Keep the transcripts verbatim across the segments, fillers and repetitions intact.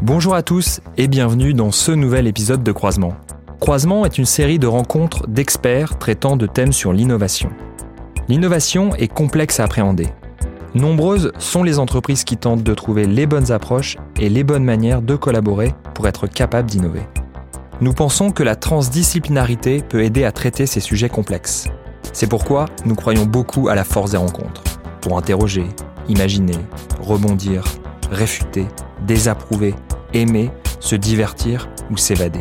Bonjour à tous et bienvenue dans ce nouvel épisode de Croisement. Croisement est une série de rencontres d'experts traitant de thèmes sur l'innovation. L'innovation est complexe à appréhender. Nombreuses sont les entreprises qui tentent de trouver les bonnes approches et les bonnes manières de collaborer pour être capables d'innover. Nous pensons que la transdisciplinarité peut aider à traiter ces sujets complexes. C'est pourquoi nous croyons beaucoup à la force des rencontres, pour interroger, imaginer, rebondir, réfuter, désapprouver, aimer, se divertir ou s'évader.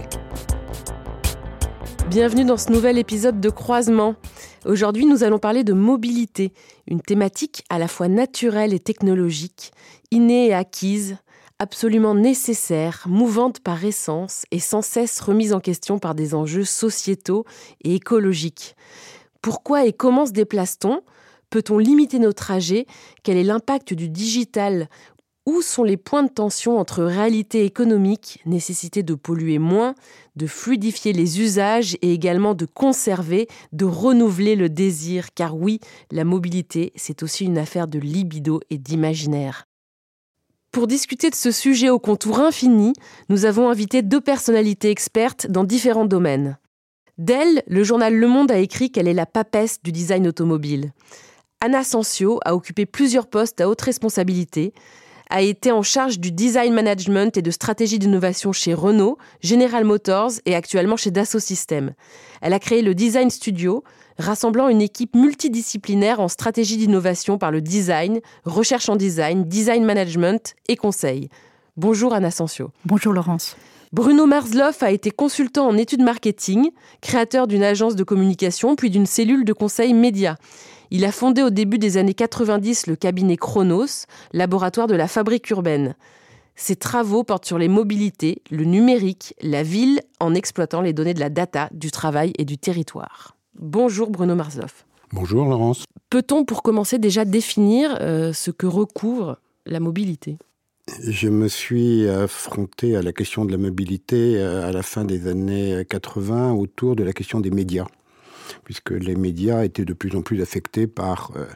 Bienvenue dans ce nouvel épisode de Croisement. Aujourd'hui, nous allons parler de mobilité, une thématique à la fois naturelle et technologique, innée et acquise, absolument nécessaire, mouvante par essence et sans cesse remise en question par des enjeux sociétaux et écologiques. Pourquoi et comment se déplace-t-on ? Peut-on limiter nos trajets ? Quel est l'impact du digital ? Où sont les points de tension entre réalité économique, nécessité de polluer moins, de fluidifier les usages et également de conserver, de renouveler le désir ? Car oui, la mobilité, c'est aussi une affaire de libido et d'imaginaire. Pour discuter de ce sujet au contour infini, nous avons invité deux personnalités expertes dans différents domaines. D'elle, le journal Le Monde a écrit qu'elle est la papesse du design automobile. Anna Sancio a occupé plusieurs postes à haute responsabilité, a été en charge du design management et de stratégie d'innovation chez Renault, General Motors et actuellement chez Dassault Systèmes. Elle a créé le Design Studio, rassemblant une équipe multidisciplinaire en stratégie d'innovation par le design, recherche en design, design management et conseil. Bonjour Anna Sancio. Bonjour Laurence. Bruno Marzloff a été consultant en études marketing, créateur d'une agence de communication puis d'une cellule de conseil média. Il a fondé au début des années quatre-vingt-dix le cabinet Chronos, laboratoire de la fabrique urbaine. Ses travaux portent sur les mobilités, le numérique, la ville, en exploitant les données de la data, du travail et du territoire. Bonjour Bruno Marzloff. Bonjour Laurence. Peut-on pour commencer déjà définir euh, ce que recouvre la mobilité ? Je me suis affronté à la question de la mobilité à la fin des années quatre-vingts autour de la question des médias, puisque les médias étaient de plus en plus affectés par euh,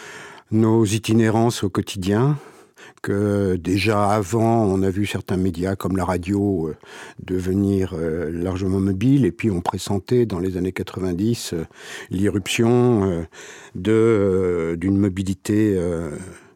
nos itinérances au quotidien, que déjà avant, on a vu certains médias comme la radio euh, devenir euh, largement mobiles, et puis on pressentait dans les années quatre-vingt-dix euh, l'irruption euh, de, euh, d'une mobilité euh,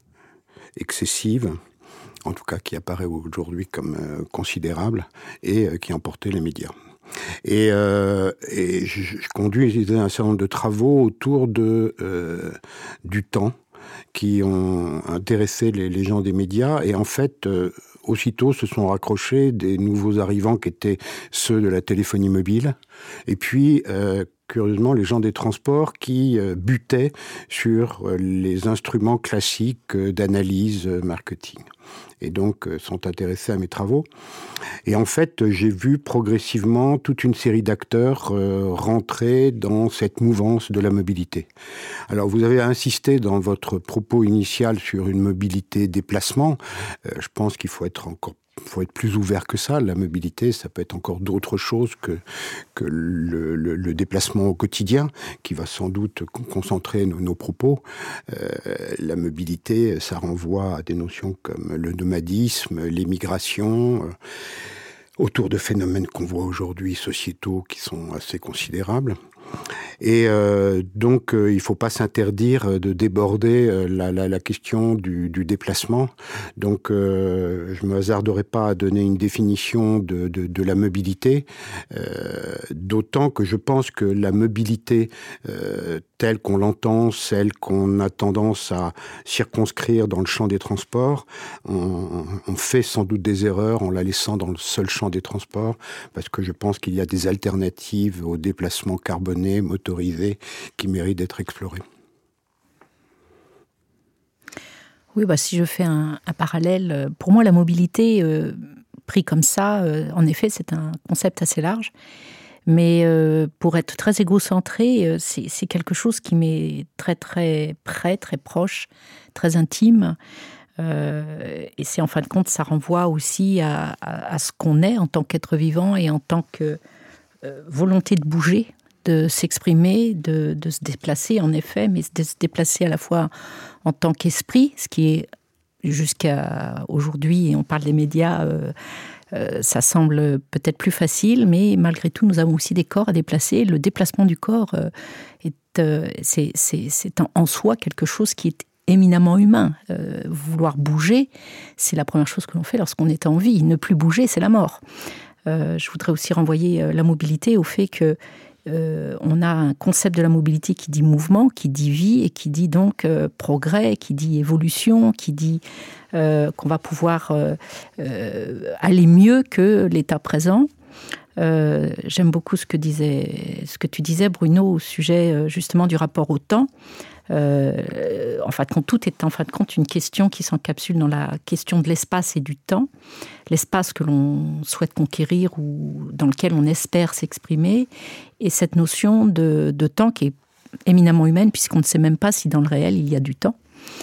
excessive, en tout cas qui apparaît aujourd'hui comme euh, considérable, et euh, qui emportait les médias. Et, euh, et je, je conduis un certain nombre de travaux autour de, euh, du temps qui ont intéressé les, les gens des médias. Et en fait, euh, aussitôt se sont raccrochés des nouveaux arrivants qui étaient ceux de la téléphonie mobile. Et puis, euh, curieusement, les gens des transports qui euh, butaient sur euh, les instruments classiques euh, d'analyse euh, marketing. Et donc euh, sont intéressés à mes travaux. Et en fait, j'ai vu progressivement toute une série d'acteurs euh, rentrer dans cette mouvance de la mobilité. Alors, vous avez insisté dans votre propos initial sur une mobilité déplacement. Euh, je pense qu'il faut être encore Il faut être plus ouvert que ça. La mobilité, ça peut être encore d'autres choses que, que le, le, le déplacement au quotidien, qui va sans doute concentrer nos, nos propos. Euh, la mobilité, ça renvoie à des notions comme le nomadisme, les migrations, euh, autour de phénomènes qu'on voit aujourd'hui sociétaux qui sont assez considérables. Et euh, donc, euh, il ne faut pas s'interdire de déborder euh, la, la, la question du, du déplacement. Donc, euh, je ne me hasarderai pas à donner une définition de, de, de la mobilité, euh, d'autant que je pense que la mobilité euh, telle qu'on l'entend, celle qu'on a tendance à circonscrire dans le champ des transports, on, on fait sans doute des erreurs en la laissant dans le seul champ des transports, parce que je pense qu'il y a des alternatives au déplacement carboné, motorisé, qui méritent d'être explorées. Oui, bah, si je fais un, un parallèle, pour moi la mobilité, euh, pris comme ça, euh, en effet c'est un concept assez large, mais euh, pour être très égocentré, euh, c'est, c'est quelque chose qui m'est très très près, très proche, très intime. Euh, et c'est en fin de compte, ça renvoie aussi à, à, à ce qu'on est en tant qu'être vivant et en tant que euh, volonté de bouger, de s'exprimer, de, de se déplacer en effet, mais de se déplacer à la fois en tant qu'esprit, ce qui est jusqu'à aujourd'hui, et on parle des médias, euh, euh, ça semble peut-être plus facile, mais malgré tout, nous avons aussi des corps à déplacer. Le déplacement du corps euh, est, euh, c'est, c'est, c'est en, en soi quelque chose qui est éminemment humain. Euh, vouloir bouger, c'est la première chose que l'on fait lorsqu'on est en vie. Ne plus bouger, c'est la mort. Euh, je voudrais aussi renvoyer euh, la mobilité au fait que euh, on a un concept de la mobilité qui dit mouvement, qui dit vie et qui dit donc euh, progrès, qui dit évolution, qui dit euh, qu'on va pouvoir euh, euh, aller mieux que l'état présent. Euh, j'aime beaucoup ce que, disait, ce que tu disais, Bruno, au sujet euh, justement du rapport au temps. Euh, en fin de compte, tout est en fin de compte une question qui s'encapsule dans la question de l'espace et du temps. L'espace que l'on souhaite conquérir ou dans lequel on espère s'exprimer, et cette notion de, de temps qui est éminemment humaine, puisqu'on ne sait même pas si dans le réel il y a du temps.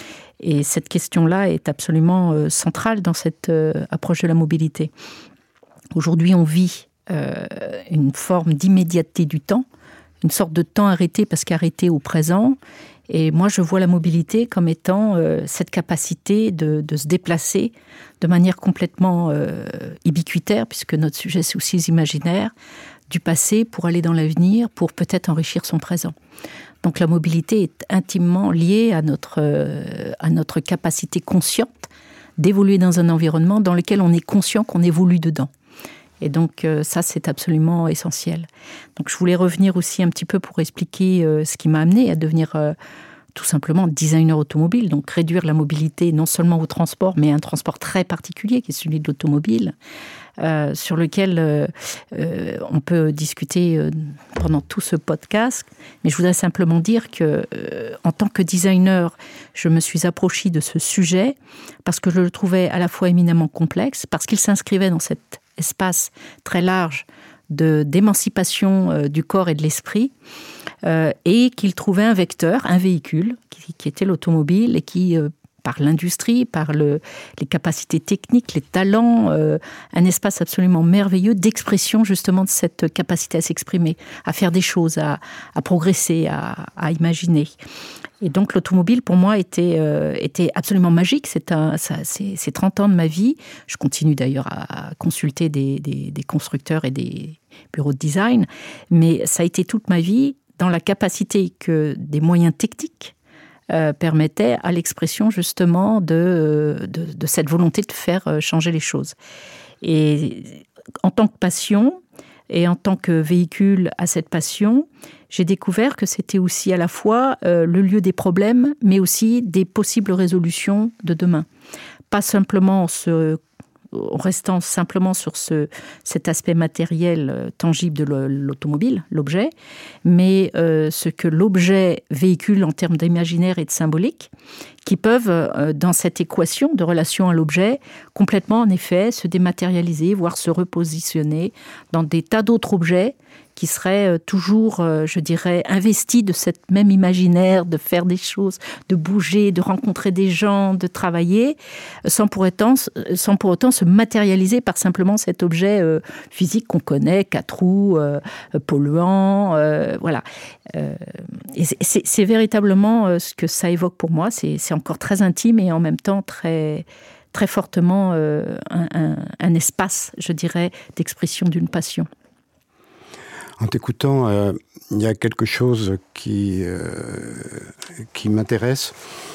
Et cette question-là est absolument euh, centrale dans cette euh, approche de la mobilité. Aujourd'hui, on vit euh, une forme d'immédiateté du temps, une sorte de temps arrêté parce qu'arrêté au présent. Et moi, je vois la mobilité comme étant euh, cette capacité de, de se déplacer de manière complètement euh, ubiquitaire, puisque notre sujet, c'est aussi les imaginaires, du passé pour aller dans l'avenir, pour peut-être enrichir son présent. Donc la mobilité est intimement liée à notre, euh, à notre capacité consciente d'évoluer dans un environnement dans lequel on est conscient qu'on évolue dedans. Et donc euh, ça, c'est absolument essentiel. Donc je voulais revenir aussi un petit peu pour expliquer euh, ce qui m'a amené à devenir euh, tout simplement designer automobile, donc réduire la mobilité non seulement au transport, mais à un transport très particulier qui est celui de l'automobile, euh, sur lequel euh, euh, on peut discuter euh, pendant tout ce podcast. Mais je voudrais simplement dire que, euh, en tant que designer, je me suis approchée de ce sujet parce que je le trouvais à la fois éminemment complexe, parce qu'il s'inscrivait dans cet espace très large de, d'émancipation euh, du corps et de l'esprit, euh, et qu'il trouvait un vecteur, un véhicule, qui, qui était l'automobile, et qui, euh, par l'industrie, par le, les capacités techniques, les talents, euh, un espace absolument merveilleux d'expression justement de cette capacité à s'exprimer, à faire des choses, à, à progresser, à, à imaginer. Et donc l'automobile, pour moi, était, euh, était absolument magique. C'est, un, ça, c'est, c'est trente ans de ma vie. Je continue d'ailleurs à consulter des, des, des constructeurs et des bureaux de design. Mais ça a été toute ma vie dans la capacité que des moyens techniques euh, permettaient à l'expression justement de, de, de cette volonté de faire changer les choses. Et en tant que passion et en tant que véhicule à cette passion, j'ai découvert que c'était aussi à la fois euh, le lieu des problèmes, mais aussi des possibles résolutions de demain. Pas simplement se, en restant simplement sur ce, cet aspect matériel euh, tangible de l'automobile, l'objet, mais euh, ce que l'objet véhicule en termes d'imaginaire et de symbolique, qui peuvent, euh, dans cette équation de relation à l'objet, complètement en effet se dématérialiser, voire se repositionner dans des tas d'autres objets qui seraient toujours, je dirais, investis de cette même imaginaire, de faire des choses, de bouger, de rencontrer des gens, de travailler, sans pour autant, sans pour autant se matérialiser par simplement cet objet euh, physique qu'on connaît, quatre roues, euh, polluant, euh, voilà. Euh, et c'est, c'est véritablement ce que ça évoque pour moi, c'est, c'est encore très intime et en même temps très... très fortement euh, un, un, un espace, je dirais, d'expression d'une passion. En t'écoutant, euh, il y a quelque chose qui, euh, qui m'intéresse.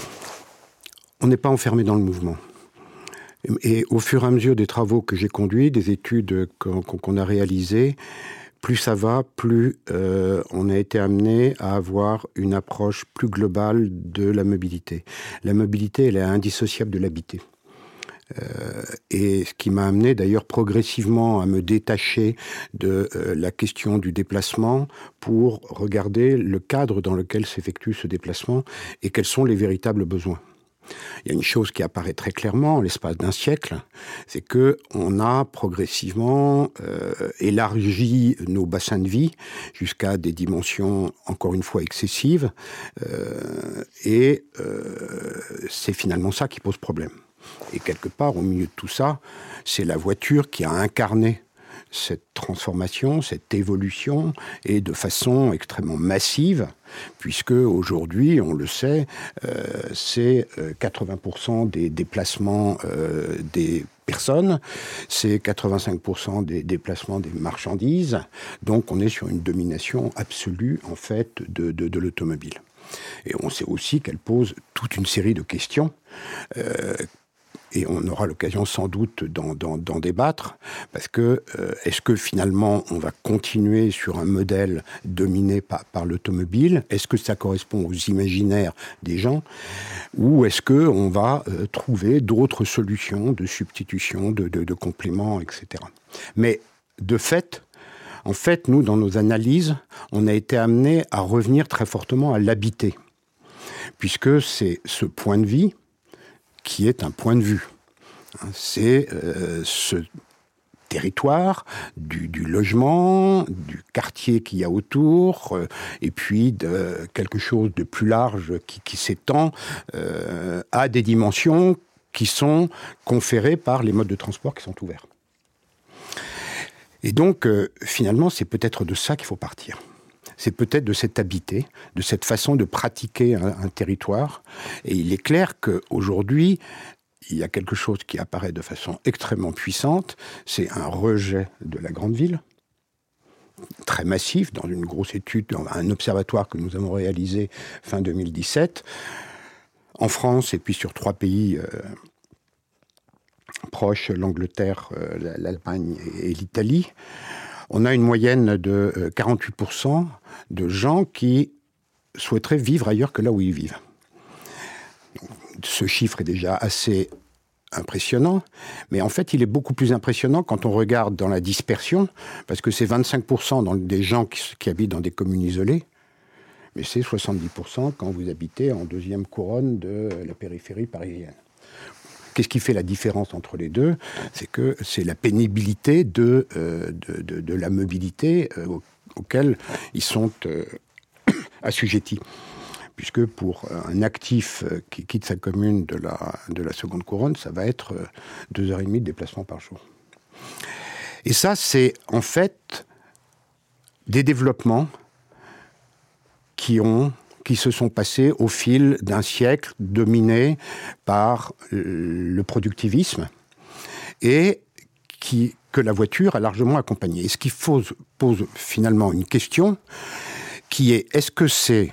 On n'est pas enfermé dans le mouvement. Et, et au fur et à mesure des travaux que j'ai conduits, des études qu'on, qu'on a réalisées, plus ça va, plus euh, on a été amené à avoir une approche plus globale de la mobilité. La mobilité, elle est indissociable de l'habité. Euh, et ce qui m'a amené d'ailleurs progressivement à me détacher de euh, la question du déplacement pour regarder le cadre dans lequel s'effectue ce déplacement et quels sont les véritables besoins. Il y a une chose qui apparaît très clairement en l'espace d'un siècle, c'est que on a progressivement euh, élargi nos bassins de vie jusqu'à des dimensions encore une fois excessives, euh, et euh, c'est finalement ça qui pose problème. Et quelque part, au milieu de tout ça, c'est la voiture qui a incarné cette transformation, cette évolution, et de façon extrêmement massive, puisque aujourd'hui, on le sait, euh, c'est quatre-vingts pour cent des déplacements euh, des personnes, c'est quatre-vingt-cinq pour cent des déplacements des marchandises, donc on est sur une domination absolue, en fait, de, de, de l'automobile. Et on sait aussi qu'elle pose toute une série de questions, euh, et on aura l'occasion sans doute d'en, d'en, d'en débattre, parce que euh, est-ce que finalement on va continuer sur un modèle dominé par, par l'automobile ? Est-ce que ça correspond aux imaginaires des gens ? Ou est-ce qu'on va euh, trouver d'autres solutions de substitution, de, de, de compléments, et cetera. Mais de fait, en fait, nous, dans nos analyses, on a été amenés à revenir très fortement à l'habiter, puisque c'est ce point de vie qui est un point de vue. C'est euh, ce territoire, du, du logement, du quartier qu'il y a autour, euh, et puis de quelque chose de plus large qui, qui s'étend euh, à des dimensions qui sont conférées par les modes de transport qui sont ouverts. Et donc, euh, finalement, c'est peut-être de ça qu'il faut partir. C'est peut-être de cet habiter, de cette façon de pratiquer un, un territoire. Et il est clair qu'aujourd'hui, il y a quelque chose qui apparaît de façon extrêmement puissante, c'est un rejet de la grande ville, très massif, dans une grosse étude, dans un observatoire que nous avons réalisé fin deux mille dix-sept, en France et puis sur trois pays euh, proches, l'Angleterre, euh, l'Allemagne et l'Italie. On a une moyenne de quarante-huit pour cent de gens qui souhaiteraient vivre ailleurs que là où ils vivent. Donc, ce chiffre est déjà assez impressionnant, mais en fait, il est beaucoup plus impressionnant quand on regarde dans la dispersion, parce que c'est vingt-cinq pour cent dans des gens qui, qui habitent dans des communes isolées, mais c'est soixante-dix pour cent quand vous habitez en deuxième couronne de la périphérie parisienne. Qu'est-ce qui fait la différence entre les deux ? C'est que c'est la pénibilité de, euh, de, de, de la mobilité euh, au, auquel ils sont euh, assujettis. Puisque pour un actif qui quitte sa commune de la, de la seconde couronne, ça va être deux heures et demie de déplacement par jour. Et ça, c'est en fait des développements qui ont... qui se sont passés au fil d'un siècle dominé par le productivisme et qui, que la voiture a largement accompagné. Et ce qui pose, pose finalement une question qui est, est-ce que c'est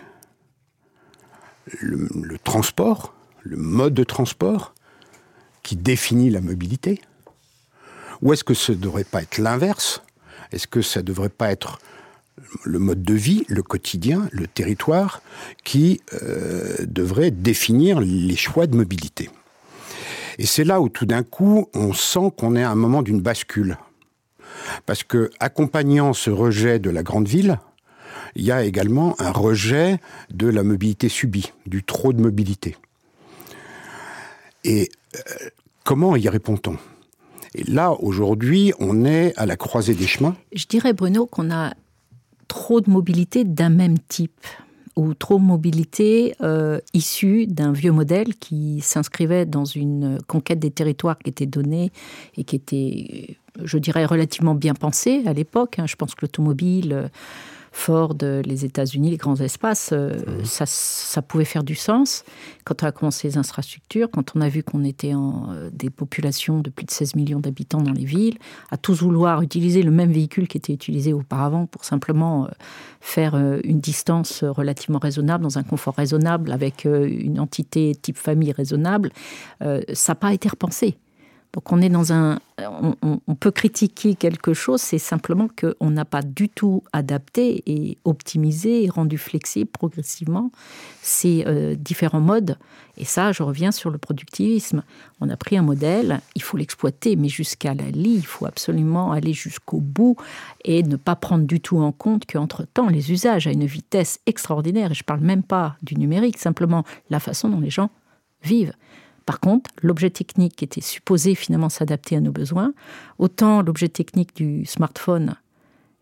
le, le transport, le mode de transport qui définit la mobilité ? Ou est-ce que ça ne devrait pas être l'inverse ? Est-ce que ça ne devrait pas être le mode de vie, le quotidien, le territoire, qui euh, devrait définir les choix de mobilité. Et c'est là où tout d'un coup, on sent qu'on est à un moment d'une bascule. Parce que, accompagnant ce rejet de la grande ville, il y a également un rejet de la mobilité subie, du trop de mobilité. Et euh, comment y répond-on ? Et là, aujourd'hui, on est à la croisée des chemins. Je dirais, Bruno, qu'on a trop de mobilité d'un même type, ou trop de mobilité euh, issue d'un vieux modèle qui s'inscrivait dans une conquête des territoires qui était donnée et qui était, je dirais, relativement bien pensée à l'époque. Je pense que l'automobile, Ford, les États-Unis, les grands espaces, mmh. ça, ça pouvait faire du sens. Quand on a commencé les infrastructures, quand on a vu qu'on était en euh, des populations de plus de seize millions d'habitants dans les villes, à tous vouloir utiliser le même véhicule qui était utilisé auparavant pour simplement euh, faire euh, une distance relativement raisonnable, dans un confort raisonnable, avec euh, une entité type famille raisonnable, euh, ça n'a pas été repensé. Donc on est dans un... On, on peut critiquer quelque chose, c'est simplement qu'on n'a pas du tout adapté et optimisé et rendu flexible progressivement ces euh, différents modes. Et ça, je reviens sur le productivisme. On a pris un modèle, il faut l'exploiter, mais jusqu'à la lie, il faut absolument aller jusqu'au bout et ne pas prendre du tout en compte qu'entre-temps, les usages à une vitesse extraordinaire, et je ne parle même pas du numérique, simplement la façon dont les gens vivent. Par contre, l'objet technique qui était supposé finalement s'adapter à nos besoins, autant l'objet technique du smartphone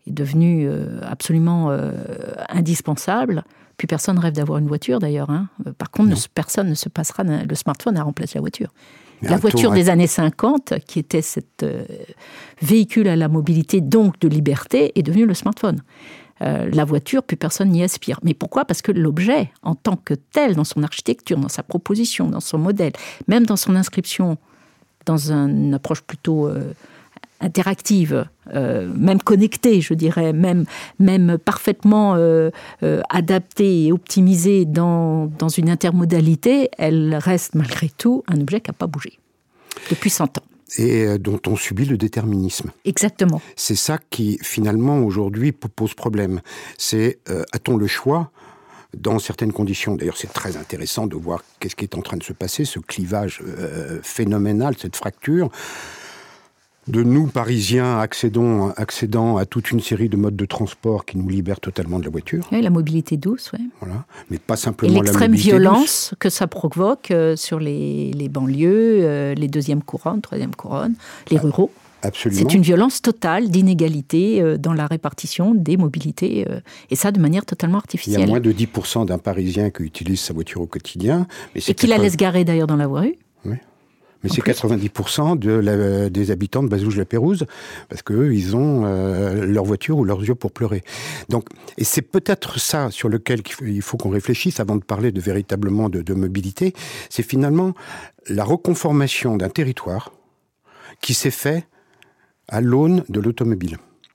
est devenu euh, absolument euh, indispensable. Plus personne rêve d'avoir une voiture, d'ailleurs. Hein. Par contre, ne, personne ne se passera... Le smartphone a remplacé la voiture. Mais la voiture des années cinquante, qui était cet euh, véhicule à la mobilité, donc de liberté, est devenue le smartphone. Euh, la voiture, plus personne n'y aspire. Mais pourquoi ? Parce que l'objet, en tant que tel, dans son architecture, dans sa proposition, dans son modèle, même dans son inscription, dans une approche plutôt euh, interactive, euh, même connectée, je dirais, même, même parfaitement euh, euh, adaptée et optimisée dans, dans une intermodalité, elle reste malgré tout un objet qui n'a pas bougé depuis cent ans. Et dont on subit le déterminisme. Exactement. C'est ça qui, finalement, aujourd'hui, pose problème. C'est, euh, a-t-on le choix dans certaines conditions ? D'ailleurs, c'est très intéressant de voir qu'est-ce qui est en train de se passer, ce clivage euh, phénoménal, cette fracture. De nous, Parisiens, accédons, accédant à toute une série de modes de transport qui nous libèrent totalement de la voiture. Oui, la mobilité douce, oui. Voilà, mais pas simplement la mobilité douce. Et l'extrême violence que ça provoque euh, sur les, les banlieues, euh, les deuxième couronnes, troisième couronnes, les ah, ruraux. Absolument. C'est une violence totale d'inégalité euh, dans la répartition des mobilités, euh, et ça de manière totalement artificielle. Il y a moins de dix pour cent d'un Parisien qui utilise sa voiture au quotidien. Mais c'est et qui quatre-vingts... la laisse garer d'ailleurs dans la voirie. Oui. Mais en c'est plus. quatre-vingt-dix pour cent de la, des habitants de Bazouges-la-Pérouse, parce qu'eux, ils ont euh, leur voiture ou leurs yeux pour pleurer. Donc, et c'est peut-être ça sur lequel il faut qu'on réfléchisse avant de parler de véritablement de, de mobilité. C'est finalement la reconformation d'un territoire qui s'est fait à l'aune de l'automobile.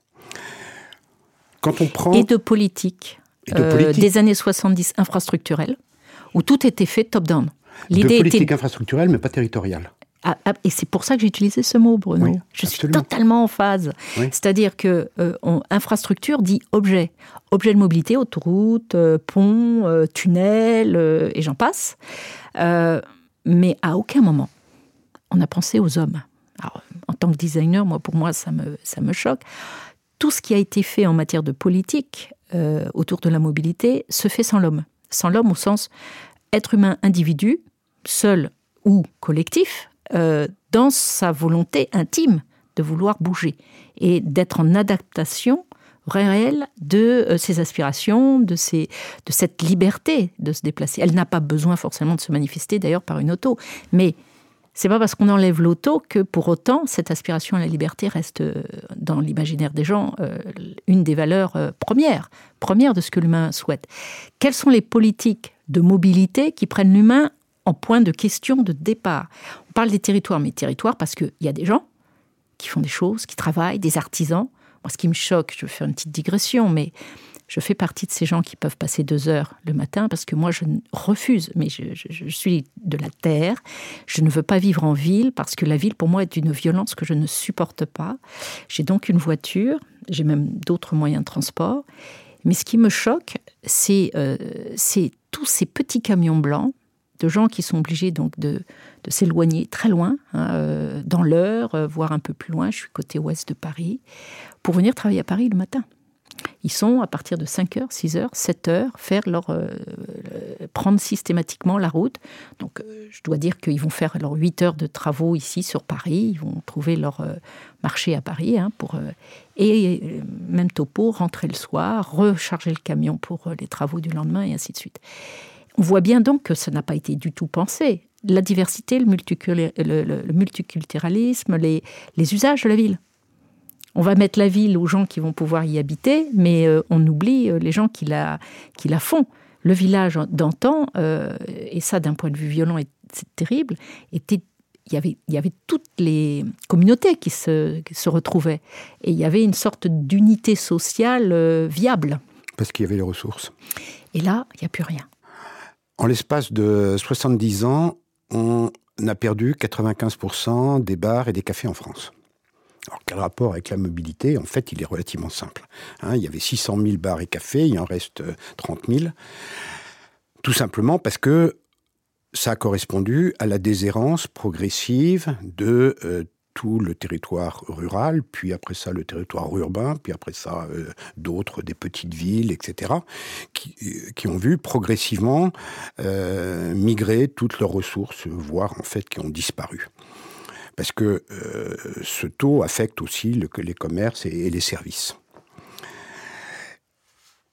Quand on prend... Et de politique, et de politique. Euh, des années soixante-dix infrastructurelles, où tout était fait top-down. L'idée de politique était... infrastructurelle, mais pas territoriale. Ah, ah, et c'est pour ça que j'ai utilisé ce mot, Bruno. Oui, je absolument. suis totalement en phase. Oui. C'est-à-dire que euh, on, infrastructure dit objet. Objet de mobilité, autoroute, euh, pont, euh, tunnel, euh, et j'en passe. Euh, mais à aucun moment, on a pensé aux hommes. Alors, en tant que designer, moi, pour moi, ça me, ça me choque. Tout ce qui a été fait en matière de politique euh, autour de la mobilité se fait sans l'homme. Sans l'homme au sens être humain individu, seul ou collectif, euh, dans sa volonté intime de vouloir bouger et d'être en adaptation réelle de euh, ses aspirations, de, ses, de cette liberté de se déplacer. Elle n'a pas besoin forcément de se manifester d'ailleurs par une auto, mais c'est pas parce qu'on enlève l'auto que pour autant cette aspiration à la liberté reste euh, dans l'imaginaire des gens euh, une des valeurs euh, premières, premières de ce que l'humain souhaite. Quelles sont les politiques de mobilité qui prennent l'humain en point de question de départ ? On parle des territoires, mais territoires parce qu'il y a des gens qui font des choses, qui travaillent, des artisans. Moi, ce qui me choque, je vais faire une petite digression, mais je fais partie de ces gens qui peuvent passer deux heures le matin parce que moi, je refuse, mais je, je, je suis de la terre. Je ne veux pas vivre en ville parce que la ville, pour moi, est d'une violence que je ne supporte pas. J'ai donc une voiture, j'ai même d'autres moyens de transport. Mais ce qui me choque, c'est, euh, c'est tous ces petits camions blancs de gens qui sont obligés donc de, de s'éloigner très loin, hein, euh, dans l'Eure, euh, voire un peu plus loin, je suis côté ouest de Paris, pour venir travailler à Paris le matin. Ils sont, à partir de cinq heures, six heures, sept heures, faire leur, euh, prendre systématiquement la route. Donc, euh, je dois dire qu'ils vont faire leurs huit heures de travaux ici sur Paris. Ils vont trouver leur euh, marché à Paris. Hein, pour, euh, et euh, même topo, rentrer le soir, recharger le camion pour euh, les travaux du lendemain, et ainsi de suite. On voit bien donc que ça n'a pas été du tout pensé. La diversité, le, multicul- le, le, le multiculturalisme, les, les usages de la ville. On va mettre la ville aux gens qui vont pouvoir y habiter, mais euh, on oublie euh, les gens qui la, qui la font. Le village d'antan, euh, et ça d'un point de vue violent, et c'est terrible, était, il y avait, il y avait toutes les communautés qui se, qui se retrouvaient. Et il y avait une sorte d'unité sociale euh, viable. Parce qu'il y avait les ressources. Et là, il n'y a plus rien. En l'espace de soixante-dix ans, on a perdu quatre-vingt-quinze pour cent des bars et des cafés en France. Alors, quel rapport avec la mobilité ? En fait, il est relativement simple. Hein, il y avait six cent mille bars et cafés, il en reste trente mille. Tout simplement parce que ça a correspondu à la déshérence progressive de euh, tout le territoire rural, puis après ça le territoire urbain, puis après ça euh, d'autres, des petites villes, et cetera, qui, qui ont vu progressivement euh, migrer toutes leurs ressources, voire en fait qui ont disparu. Parce que euh, ce taux affecte aussi le, les commerces et, et les services.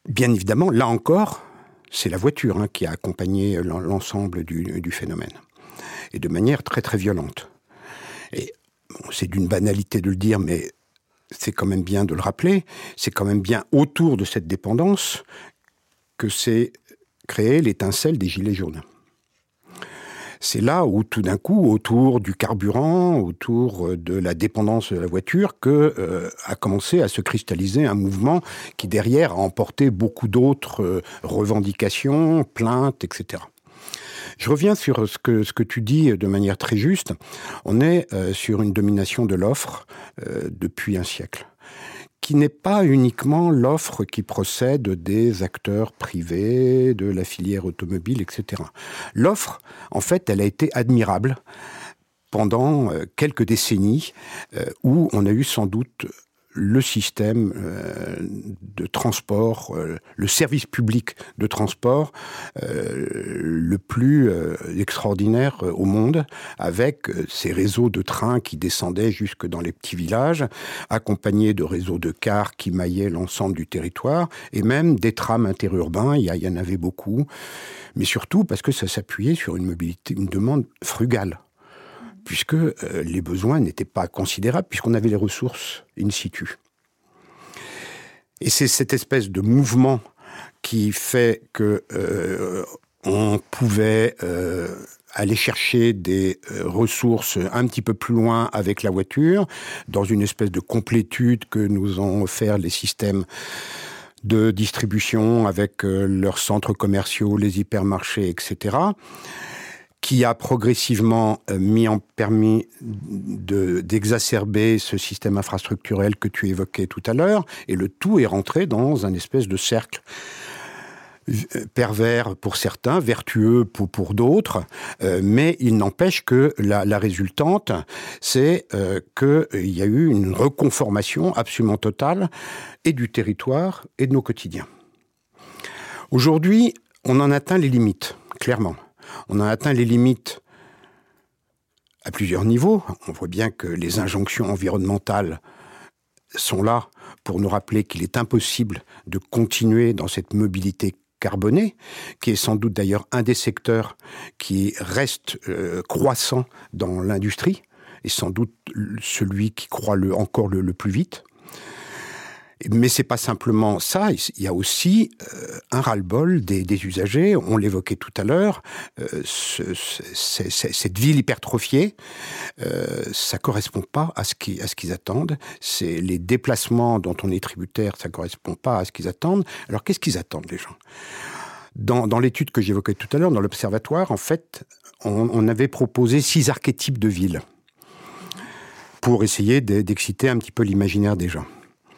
bien évidemment, là encore, c'est la voiture hein, qui a accompagné l'ensemble du, du phénomène, et de manière très très violente. Et bon, c'est d'une banalité de le dire, mais c'est quand même bien de le rappeler, c'est quand même bien autour de cette dépendance que s'est créée l'étincelle des gilets jaunes. C'est là où, tout d'un coup, autour du carburant, autour de la dépendance de la voiture, que euh, a commencé à se cristalliser un mouvement qui, derrière, a emporté beaucoup d'autres euh, revendications, plaintes, et cetera. Je reviens sur ce que, ce que tu dis de manière très juste. On est euh, sur une domination de l'offre euh, depuis un siècle, qui n'est pas uniquement l'offre qui procède des acteurs privés, de la filière automobile, et cetera. L'offre, en fait, elle a été admirable pendant quelques décennies euh, où on a eu sans doute le système euh, de transport, euh, le service public de transport euh, le plus euh, extraordinaire au monde, avec euh, ces réseaux de trains qui descendaient jusque dans les petits villages, accompagnés de réseaux de cars qui maillaient l'ensemble du territoire, et même des trams interurbains, il y, il y en avait beaucoup, mais surtout parce que ça s'appuyait sur une mobilité, une demande frugale, puisque euh, les besoins n'étaient pas considérables, puisqu'on avait les ressources in situ. Et c'est cette espèce de mouvement qui fait que euh, on pouvait euh, aller chercher des euh, ressources un petit peu plus loin avec la voiture, dans une espèce de complétude que nous ont offert les systèmes de distribution avec euh, leurs centres commerciaux, les hypermarchés, et cetera, qui a progressivement mis en permis de, d'exacerber ce système infrastructurel que tu évoquais tout à l'heure, et le tout est rentré dans un espèce de cercle pervers pour certains, vertueux pour, pour d'autres, euh, mais il n'empêche que la, la résultante, c'est euh, qu'il y a eu une reconformation absolument totale et du territoire et de nos quotidiens. Aujourd'hui, on en atteint les limites, clairement. On a atteint les limites à plusieurs niveaux. On voit bien que les injonctions environnementales sont là pour nous rappeler qu'il est impossible de continuer dans cette mobilité carbonée, qui est sans doute d'ailleurs un des secteurs qui reste euh, croissant dans l'industrie, et sans doute celui qui croît le, encore le, le plus vite. Mais c'est pas simplement ça, il y a aussi euh, un ras-le-bol des, des usagers, on l'évoquait tout à l'heure, euh, ce, ce, ce, cette ville hypertrophiée, euh, ça correspond pas à ce, qui, à ce qu'ils attendent, c'est les déplacements dont on est tributaire, ça correspond pas à ce qu'ils attendent. Alors qu'est-ce qu'ils attendent les gens ? Dans, dans l'étude que j'évoquais tout à l'heure, dans l'observatoire, en fait, on, on avait proposé six archétypes de villes pour essayer de, d'exciter un petit peu l'imaginaire des gens.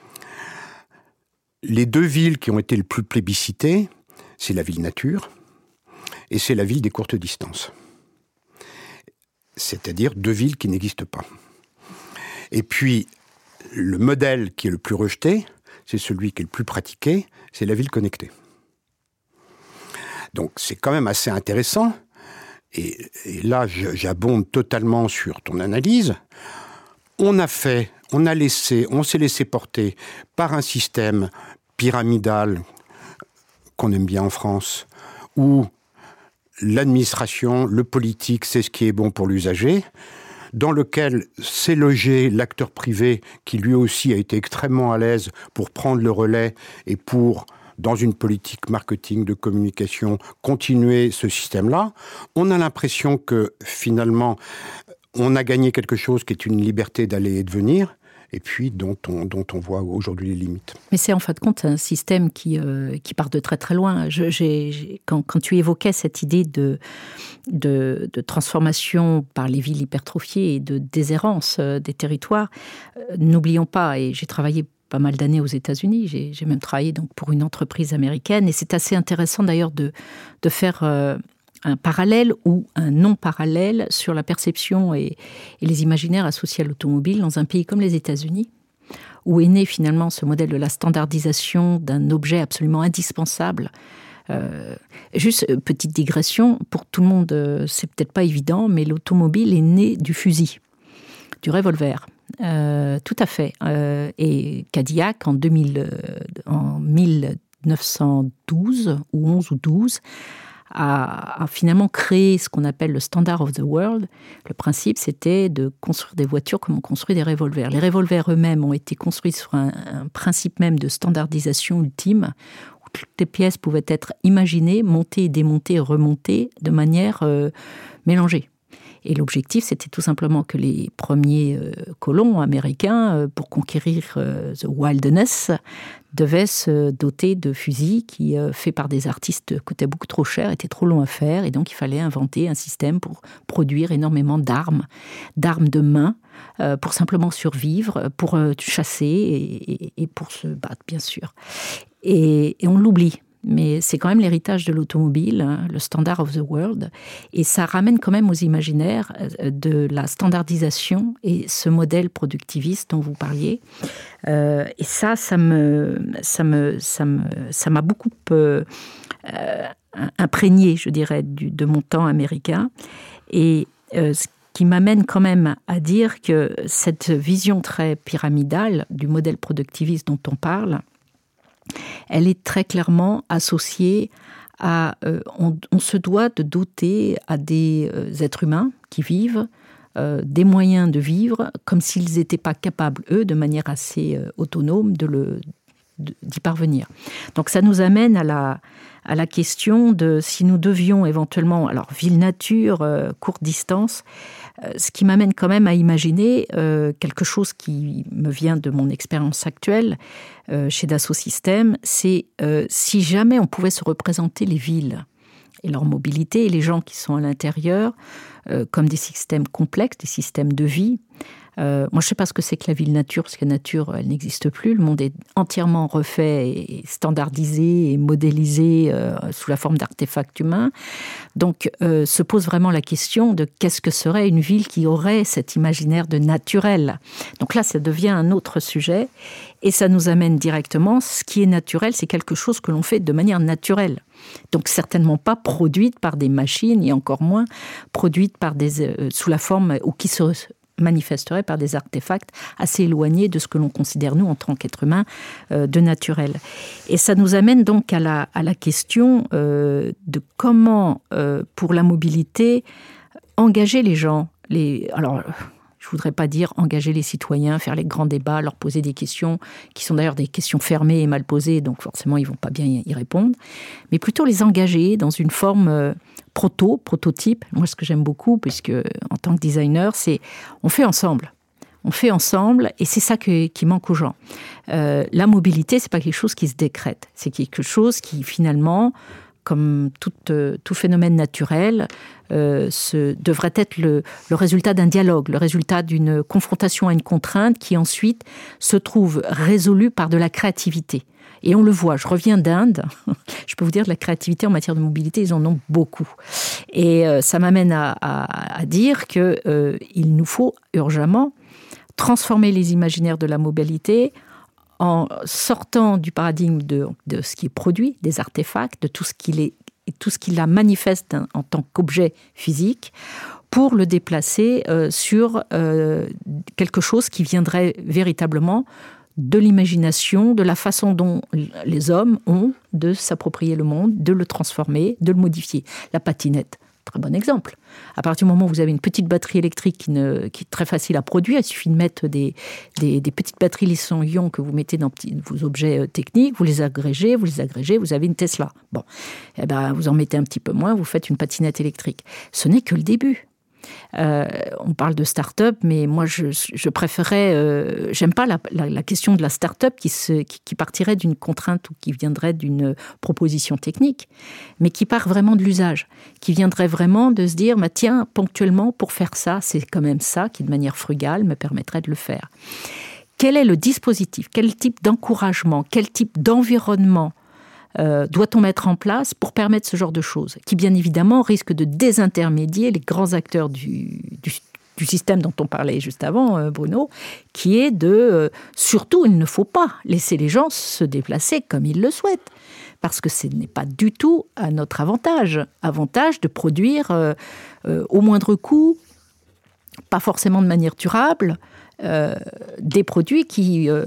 Les deux villes qui ont été le plus plébiscitées, c'est la ville nature et c'est la ville des courtes distances. C'est-à-dire deux villes qui n'existent pas. Et puis, le modèle qui est le plus rejeté, c'est celui qui est le plus pratiqué, c'est la ville connectée. Donc, c'est quand même assez intéressant. Et, et là, j'abonde totalement sur ton analyse. On a fait, on a laissé, on s'est laissé porter par un système pyramidal qu'on aime bien en France, où l'administration, le politique, c'est ce qui est bon pour l'usager, dans lequel s'est logé l'acteur privé qui lui aussi a été extrêmement à l'aise pour prendre le relais et pour, dans une politique marketing de communication, continuer ce système-là. On a l'impression que finalement, on a gagné quelque chose qui est une liberté d'aller et de venir, et puis dont on, dont on voit aujourd'hui les limites. Mais c'est en fin de compte un système qui, euh, qui part de très très loin. Je, j'ai, j'ai, quand, quand tu évoquais cette idée de, de, de transformation par les villes hypertrophiées et de déshérence euh, des territoires, euh, n'oublions pas, et j'ai travaillé pas mal d'années aux États-Unis, j'ai, j'ai même travaillé donc pour une entreprise américaine, et c'est assez intéressant d'ailleurs de, de faire... Euh, un parallèle ou un non-parallèle sur la perception et, et les imaginaires associés à l'automobile dans un pays comme les États-Unis, où est né finalement ce modèle de la standardisation d'un objet absolument indispensable. Euh, juste, petite digression, pour tout le monde, euh, c'est peut-être pas évident, mais l'automobile est née du fusil, du revolver. Euh, tout à fait. Euh, et Cadillac, en, deux mille, euh, en mille neuf cent douze, ou onze ou douze, a, a finalement créé ce qu'on appelle le Standard of the World. Le principe, c'était de construire des voitures comme on construit des revolvers. Les revolvers eux-mêmes ont été construits sur un, un principe même de standardisation ultime, où toutes les pièces pouvaient être imaginées, montées, démontées, remontées de manière euh, mélangée. Et l'objectif, c'était tout simplement que les premiers euh, colons américains, euh, pour conquérir euh, the wilderness, devaient se doter de fusils qui, euh, faits par des artistes, coûtaient beaucoup trop cher, étaient trop longs à faire, et donc il fallait inventer un système pour produire énormément d'armes, d'armes de main, euh, pour simplement survivre, pour euh, chasser et, et, et pour se battre, bien sûr. Et, et on l'oublie. Mais c'est quand même l'héritage de l'automobile, hein, le standard of the world, et ça ramène quand même aux imaginaires de la standardisation et ce modèle productiviste dont vous parliez. Euh, et ça, ça me, ça me, ça me, ça m'a beaucoup euh, imprégné, je dirais, du, de mon temps américain. Et euh, ce qui m'amène quand même à dire que cette vision très pyramidale du modèle productiviste dont on parle, elle est très clairement associée à... Euh, on, on se doit de doter à des euh, êtres humains qui vivent euh, des moyens de vivre comme s'ils n'étaient pas capables, eux, de manière assez euh, autonome, de le, de, d'y parvenir. Donc ça nous amène à la, à la question de si nous devions éventuellement... Alors, ville-nature, euh, courte distance... Ce qui m'amène quand même à imaginer euh, quelque chose qui me vient de mon expérience actuelle euh, chez Dassault Systèmes, c'est euh, si jamais on pouvait se représenter les villes et leur mobilité et les gens qui sont à l'intérieur euh, comme des systèmes complexes, des systèmes de vie. Euh, moi, je ne sais pas ce que c'est que la ville-nature, parce que la nature, elle n'existe plus. Le monde est entièrement refait et standardisé et modélisé euh, sous la forme d'artefacts humains. Donc, euh, se pose vraiment la question de qu'est-ce que serait une ville qui aurait cet imaginaire de naturel. Donc là, ça devient un autre sujet et ça nous amène directement, ce qui est naturel, c'est quelque chose que l'on fait de manière naturelle. Donc, certainement pas produite par des machines et encore moins produite par des, euh, sous la forme ou qui se manifesterait par des artefacts assez éloignés de ce que l'on considère, nous, en tant qu'êtres humains, euh, de naturel. Et ça nous amène donc à la, à la question euh, de comment, euh, pour la mobilité, engager les gens. Les, alors, je ne voudrais pas dire engager les citoyens, faire les grands débats, leur poser des questions, qui sont d'ailleurs des questions fermées et mal posées, donc forcément, ils ne vont pas bien y répondre, mais plutôt les engager dans une forme... Euh, proto, prototype. Moi, ce que j'aime beaucoup, puisque en tant que designer, c'est on fait ensemble. On fait ensemble et c'est ça que, qui manque aux gens. Euh, la mobilité, c'est pas quelque chose qui se décrète. C'est quelque chose qui, finalement, comme tout, euh, tout phénomène naturel, euh, ce, devrait être le, le résultat d'un dialogue, le résultat d'une confrontation à une contrainte qui, ensuite, se trouve résolue par de la créativité. Et on le voit, je reviens d'Inde, je peux vous dire de la créativité en matière de mobilité, ils en ont beaucoup. Et euh, ça m'amène à, à, à dire qu'il euh, nous faut urgemment transformer les imaginaires de la mobilité en sortant du paradigme de, de ce qui est produit, des artefacts, de tout ce qui, les, tout ce qui la manifeste en tant qu'objet physique, pour le déplacer euh, sur euh, quelque chose qui viendrait véritablement de l'imagination, de la façon dont les hommes ont de s'approprier le monde, de le transformer, de le modifier. La patinette, très bon exemple. À partir du moment où vous avez une petite batterie électrique qui, ne, qui est très facile à produire, il suffit de mettre des, des, des petites batteries lithium-ion que vous mettez dans petits, vos objets techniques, vous les agrégez, vous les agrégez, vous avez une Tesla. Bon, eh ben, vous en mettez un petit peu moins, vous faites une patinette électrique. Ce n'est que le début. Euh, on parle de start-up, mais moi je, je préférais, euh, j'aime pas la, la, la question de la start-up qui, se, qui, qui partirait d'une contrainte ou qui viendrait d'une proposition technique, mais qui part vraiment de l'usage, qui viendrait vraiment de se dire, bah, tiens, ponctuellement, pour faire ça, c'est quand même ça qui, de manière frugale, me permettrait de le faire. Quel est le dispositif? Quel type d'encouragement? Quel type d'environnement Euh, doit-on mettre en place pour permettre ce genre de choses, qui bien évidemment risque de désintermédier les grands acteurs du, du, du système dont on parlait juste avant, euh, Bruno, qui est de, euh, surtout, il ne faut pas laisser les gens se déplacer comme ils le souhaitent, parce que ce n'est pas du tout à notre avantage, avantage de produire euh, euh, au moindre coût, pas forcément de manière durable, euh, des produits qui... Euh,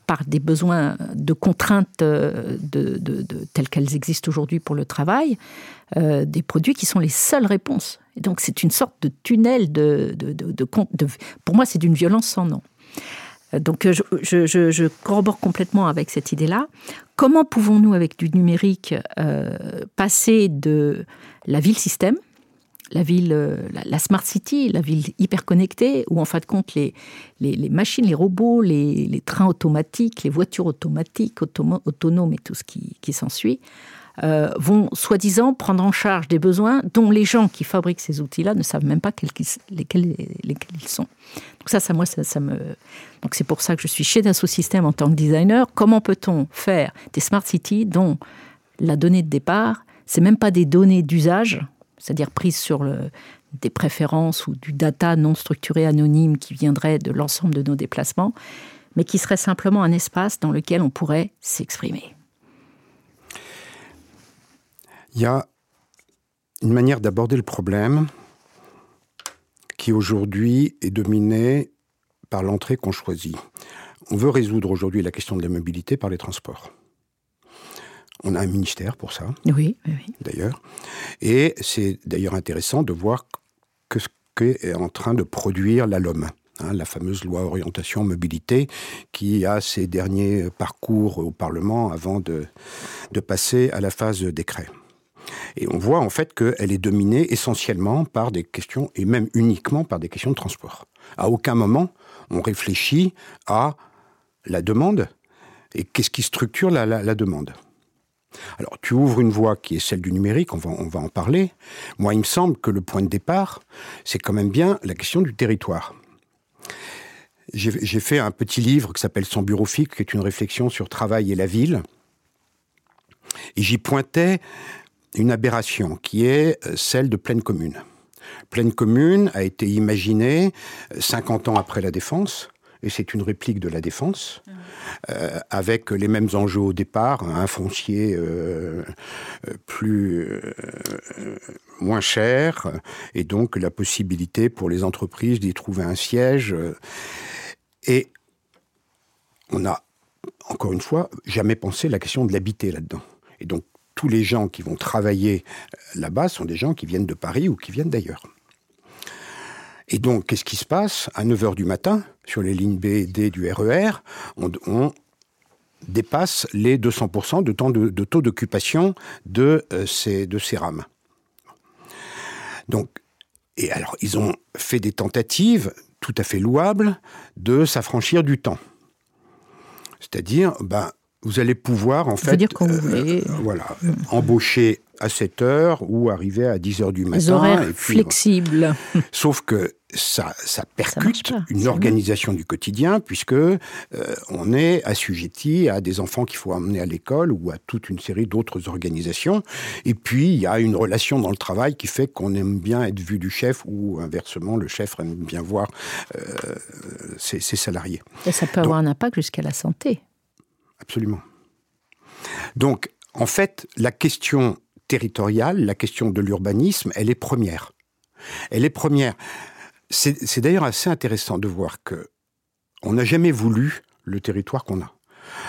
par des besoins de contraintes de, de, de, de, telles qu'elles existent aujourd'hui pour le travail, euh, des produits qui sont les seules réponses. Et donc c'est une sorte de tunnel de, de, de, de, de pour moi c'est d'une violence sans nom. Donc je, je, je corrobore complètement avec cette idée-là. Comment pouvons-nous, avec du numérique, euh, passer de la ville-système, la ville, la, la smart city, la ville hyper connectée, où en fin de compte les, les, les machines, les robots, les, les trains automatiques, les voitures automatiques, automo, autonomes et tout ce qui, qui s'ensuit, euh, vont soi-disant prendre en charge des besoins dont les gens qui fabriquent ces outils-là ne savent même pas quels, lesquels, lesquels ils sont. Donc ça, ça moi, ça, ça me... Donc c'est pour ça que je suis chez Dassault Systèmes en tant que designer. Comment peut-on faire des smart cities dont la donnée de départ, c'est même pas des données d'usage, c'est-à-dire prises sur le, des préférences ou du data non structuré anonyme qui viendrait de l'ensemble de nos déplacements, mais qui serait simplement un espace dans lequel on pourrait s'exprimer. Il y a une manière d'aborder le problème qui aujourd'hui est dominée par l'entrée qu'on choisit. On veut résoudre aujourd'hui la question de la mobilité par les transports. On a un ministère pour ça, oui, oui. d'ailleurs. Et c'est d'ailleurs intéressant de voir que ce qu'est en train de produire la L O M, hein, la fameuse loi orientation mobilité, qui a ses derniers parcours au Parlement avant de, de passer à la phase décret. Et on voit en fait qu'elle est dominée essentiellement par des questions, et même uniquement par des questions de transport. À aucun moment, on réfléchit à la demande et qu'est-ce qui structure la, la, la demande. Alors, tu ouvres une voie qui est celle du numérique, on va, on va en parler. Moi, il me semble que le point de départ, c'est quand même bien la question du territoire. J'ai, j'ai fait un petit livre qui s'appelle « Son bureau fixe », qui est une réflexion sur travail et la ville. Et j'y pointais une aberration qui est celle de Plaine Commune. Plaine Commune a été imaginée cinquante ans après la Défense, et c'est une réplique de la Défense, mmh. euh, avec les mêmes enjeux au départ, un foncier euh, plus euh, moins cher, et donc la possibilité pour les entreprises d'y trouver un siège. Et on n'a, encore une fois, jamais pensé la question de l'habiter là-dedans. Et donc, tous les gens qui vont travailler là-bas sont des gens qui viennent de Paris ou qui viennent d'ailleurs. Et donc, qu'est-ce qui se passe ? À neuf heures du matin, sur les lignes B et D du R E R, on, on dépasse les deux cents pour cent de, temps de, de taux d'occupation de, euh, ces, de ces rames. Donc, et alors, ils ont fait des tentatives tout à fait louables de s'affranchir du temps. C'est-à-dire, ben, vous allez pouvoir, en fait, dire qu'on euh, voulait... euh, voilà, mmh. embaucher à sept heures ou arriver à dix heures du matin. Les horaires et puis, flexibles. Sauf que ça, ça percute ça une organisation du quotidien, puisque euh, on est assujetti à des enfants qu'il faut emmener à l'école ou à toute une série d'autres organisations. Et puis, il y a une relation dans le travail qui fait qu'on aime bien être vu du chef ou, inversement, le chef aime bien voir euh, ses, ses salariés. Et ça peut Donc, avoir un impact jusqu'à la santé. Absolument. Donc, en fait, la question territoriale, la question de l'urbanisme, elle est première. Elle est première. C'est, c'est d'ailleurs assez intéressant de voir que on n'a jamais voulu le territoire qu'on a.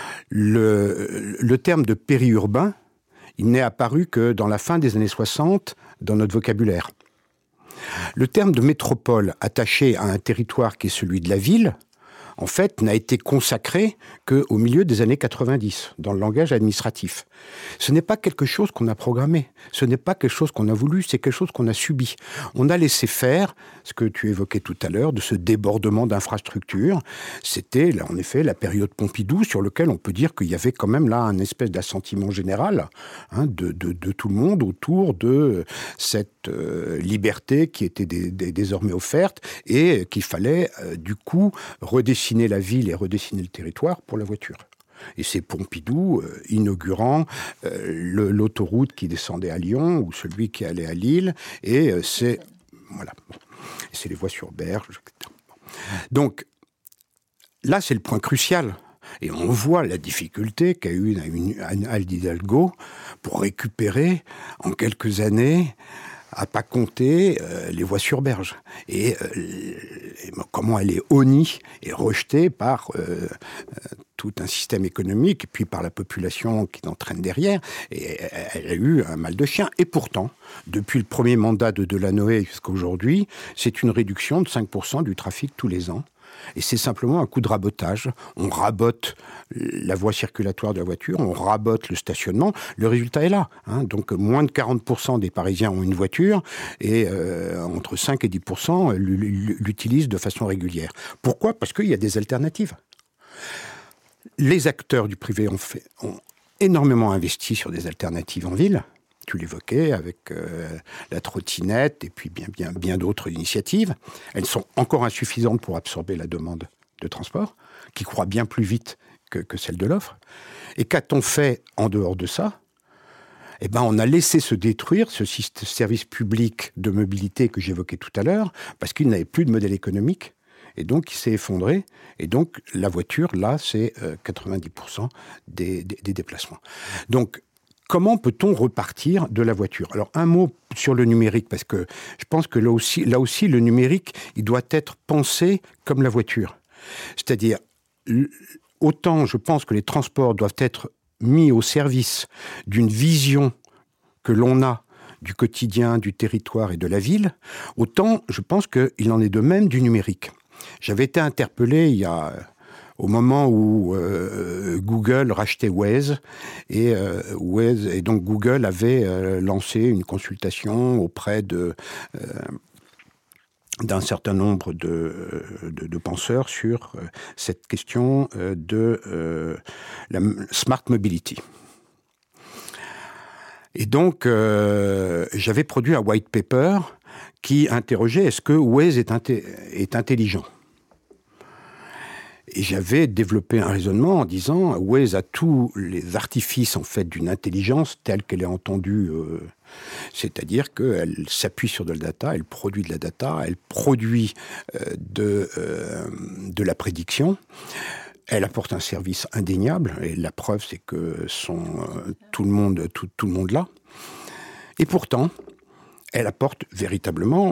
Le, le terme de périurbain, il n'est apparu que dans la fin des années soixante dans notre vocabulaire. Le terme de métropole attaché à un territoire qui est celui de la ville, en fait, n'a été consacré qu'au milieu des années quatre-vingt-dix, dans le langage administratif. Ce n'est pas quelque chose qu'on a programmé, ce n'est pas quelque chose qu'on a voulu, c'est quelque chose qu'on a subi. On a laissé faire ce que tu évoquais tout à l'heure, de ce débordement d'infrastructures. C'était, là, en effet, la période Pompidou, sur lequel on peut dire qu'il y avait quand même là un espèce d'assentiment général hein, de, de, de tout le monde autour de cette euh, liberté qui était des, des, désormais offerte et qu'il fallait, euh, du coup, redessiner la ville et redessiner le territoire pour la voiture. Et c'est Pompidou euh, inaugurant euh, le, l'autoroute qui descendait à Lyon ou celui qui allait à Lille. Et euh, c'est voilà, c'est les voies sur berge, et cetera. Donc là, c'est le point crucial. Et on voit la difficulté qu'a eu Anne Hidalgo pour récupérer en quelques années à pas compter euh, les voies sur berge. Et, euh, et comment elle est honnie et rejetée par euh, euh, tout un système économique, et puis par la population qui l'entraîne derrière. Et elle a eu un mal de chien. Et pourtant, depuis le premier mandat de Delanoë jusqu'à aujourd'hui, c'est une réduction de cinq pour cent du trafic tous les ans. Et c'est simplement un coup de rabotage. On rabote la voie circulatoire de la voiture, on rabote le stationnement. Le résultat est là. Hein. Donc, moins de quarante pour cent des Parisiens ont une voiture et euh, entre cinq et dix pour cent l'utilisent de façon régulière. Pourquoi ? Parce qu'il y a des alternatives. Les acteurs du privé ont, fait, ont énormément investi sur des alternatives en ville. Tu l'évoquais avec euh, la trottinette et puis bien, bien, bien d'autres initiatives. Elles sont encore insuffisantes pour absorber la demande de transport, qui croît bien plus vite que, que celle de l'offre. Et qu'a-t-on fait en dehors de ça ? Eh ben, on a laissé se détruire ce service public de mobilité que j'évoquais tout à l'heure, parce qu'il n'avait plus de modèle économique. Et donc, il s'est effondré. Et donc, la voiture, là, c'est euh, quatre-vingt-dix pour cent des, des, des déplacements. Donc, comment peut-on repartir de la voiture ? Alors, un mot sur le numérique, parce que je pense que là aussi, là aussi, le numérique, il doit être pensé comme la voiture. C'est-à-dire, autant je pense que les transports doivent être mis au service d'une vision que l'on a du quotidien, du territoire et de la ville, autant je pense qu'il en est de même du numérique. J'avais été interpellé il y a... au moment où euh, Google rachetait Waze, et, euh, Waze, et donc Google avait euh, lancé une consultation auprès de, euh, d'un certain nombre de, de, de penseurs sur euh, cette question euh, de euh, la smart mobility. Et donc, euh, j'avais produit un white paper qui interrogeait est-ce que Waze est, inté- est intelligent ? Et j'avais développé un raisonnement en disant Waze a tous les artifices en fait d'une intelligence telle qu'elle est entendue, euh, c'est-à-dire qu'elle s'appuie sur de la data, elle produit de la data, elle produit euh, de, euh, de la prédiction. Elle apporte un service indéniable, et la preuve, c'est que sont euh, tout le monde, tout, tout le monde là. Et pourtant, elle apporte véritablement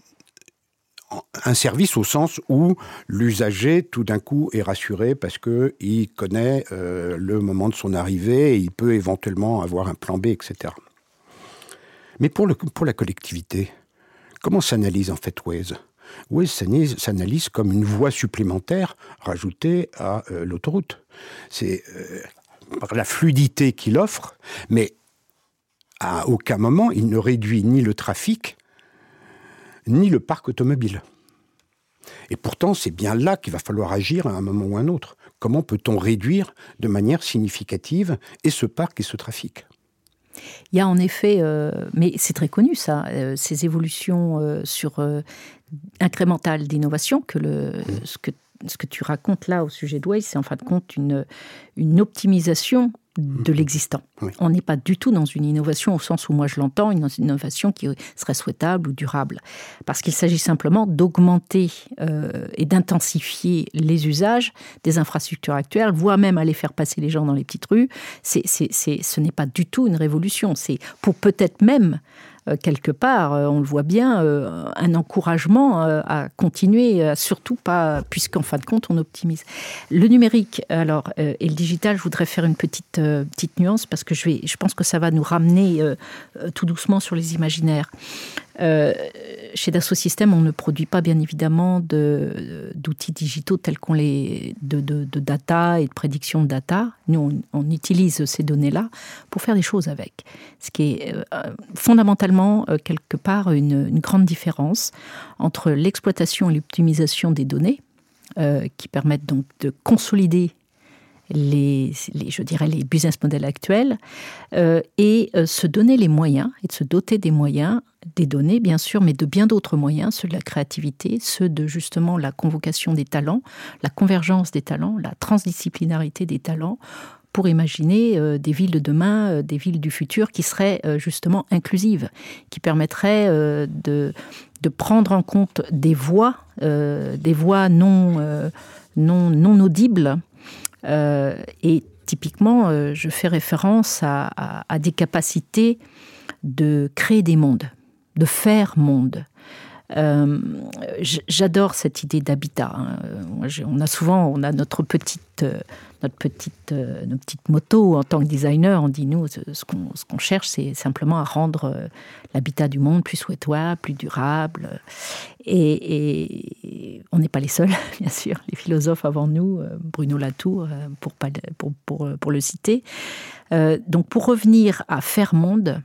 un service au sens où l'usager, tout d'un coup, est rassuré parce qu'il connaît euh, le moment de son arrivée et il peut éventuellement avoir un plan B, et cetera. Mais pour, le, pour la collectivité, comment s'analyse en fait Waze ? Waze s'analyse comme une voie supplémentaire rajoutée à euh, l'autoroute. C'est euh, par la fluidité qu'il offre, mais à aucun moment il ne réduit ni le trafic, ni le parc automobile. Et pourtant, c'est bien là qu'il va falloir agir à un moment ou à un autre. Comment peut-on réduire de manière significative et ce parc et ce trafic ? Il y a en effet, euh, mais c'est très connu ça, euh, ces évolutions euh, sur euh, incrémentales d'innovation, que le, mmh. ce, que, ce que tu racontes là au sujet de Waze, c'est en fin de compte une, une optimisation de l'existant. Oui. On n'est pas du tout dans une innovation au sens où moi je l'entends, une innovation qui serait souhaitable ou durable. Parce qu'il s'agit simplement d'augmenter euh, et d'intensifier les usages des infrastructures actuelles, voire même aller faire passer les gens dans les petites rues. C'est, c'est, c'est, ce n'est pas du tout une révolution. C'est pour peut-être même, euh, quelque part, euh, on le voit bien, euh, un encouragement euh, à continuer, euh, surtout pas, puisqu'en fin de compte, on optimise. Le numérique alors, euh, et le digital, je voudrais faire une petite Euh, petite nuance, parce que je, vais, je pense que ça va nous ramener euh, tout doucement sur les imaginaires. Euh, chez Dassault Systèmes, on ne produit pas bien évidemment de, d'outils digitaux tels qu'on les... De, de, de data et de prédiction de data. Nous, on, on utilise ces données-là pour faire des choses avec. Ce qui est euh, fondamentalement, euh, quelque part, une, une grande différence entre l'exploitation et l'optimisation des données, euh, qui permettent donc de consolider Les, les, je dirais, les business models actuels, euh, et euh, se donner les moyens, et de se doter des moyens, des données, bien sûr, mais de bien d'autres moyens, ceux de la créativité, ceux de, justement, la convocation des talents, la convergence des talents, la transdisciplinarité des talents, pour imaginer euh, des villes de demain, euh, des villes du futur qui seraient euh, justement inclusives, qui permettraient euh, de, de prendre en compte des voix, euh, des voix non, euh, non, non audibles. Euh, et typiquement, euh, je fais référence à, à, à des capacités de créer des mondes, de faire monde. Euh, j'adore cette idée d'habitat. Hein. On a souvent, on a notre petite, notre petite, nos petites motos en tant que designer. On dit nous, ce qu'on, ce qu'on cherche, c'est simplement à rendre l'habitat du monde plus souhaitable, plus durable. Et, et on n'est pas les seuls, bien sûr. Les philosophes avant nous, Bruno Latour, pour pas, pour, pour, pour le citer. Euh, donc, pour revenir à faire monde.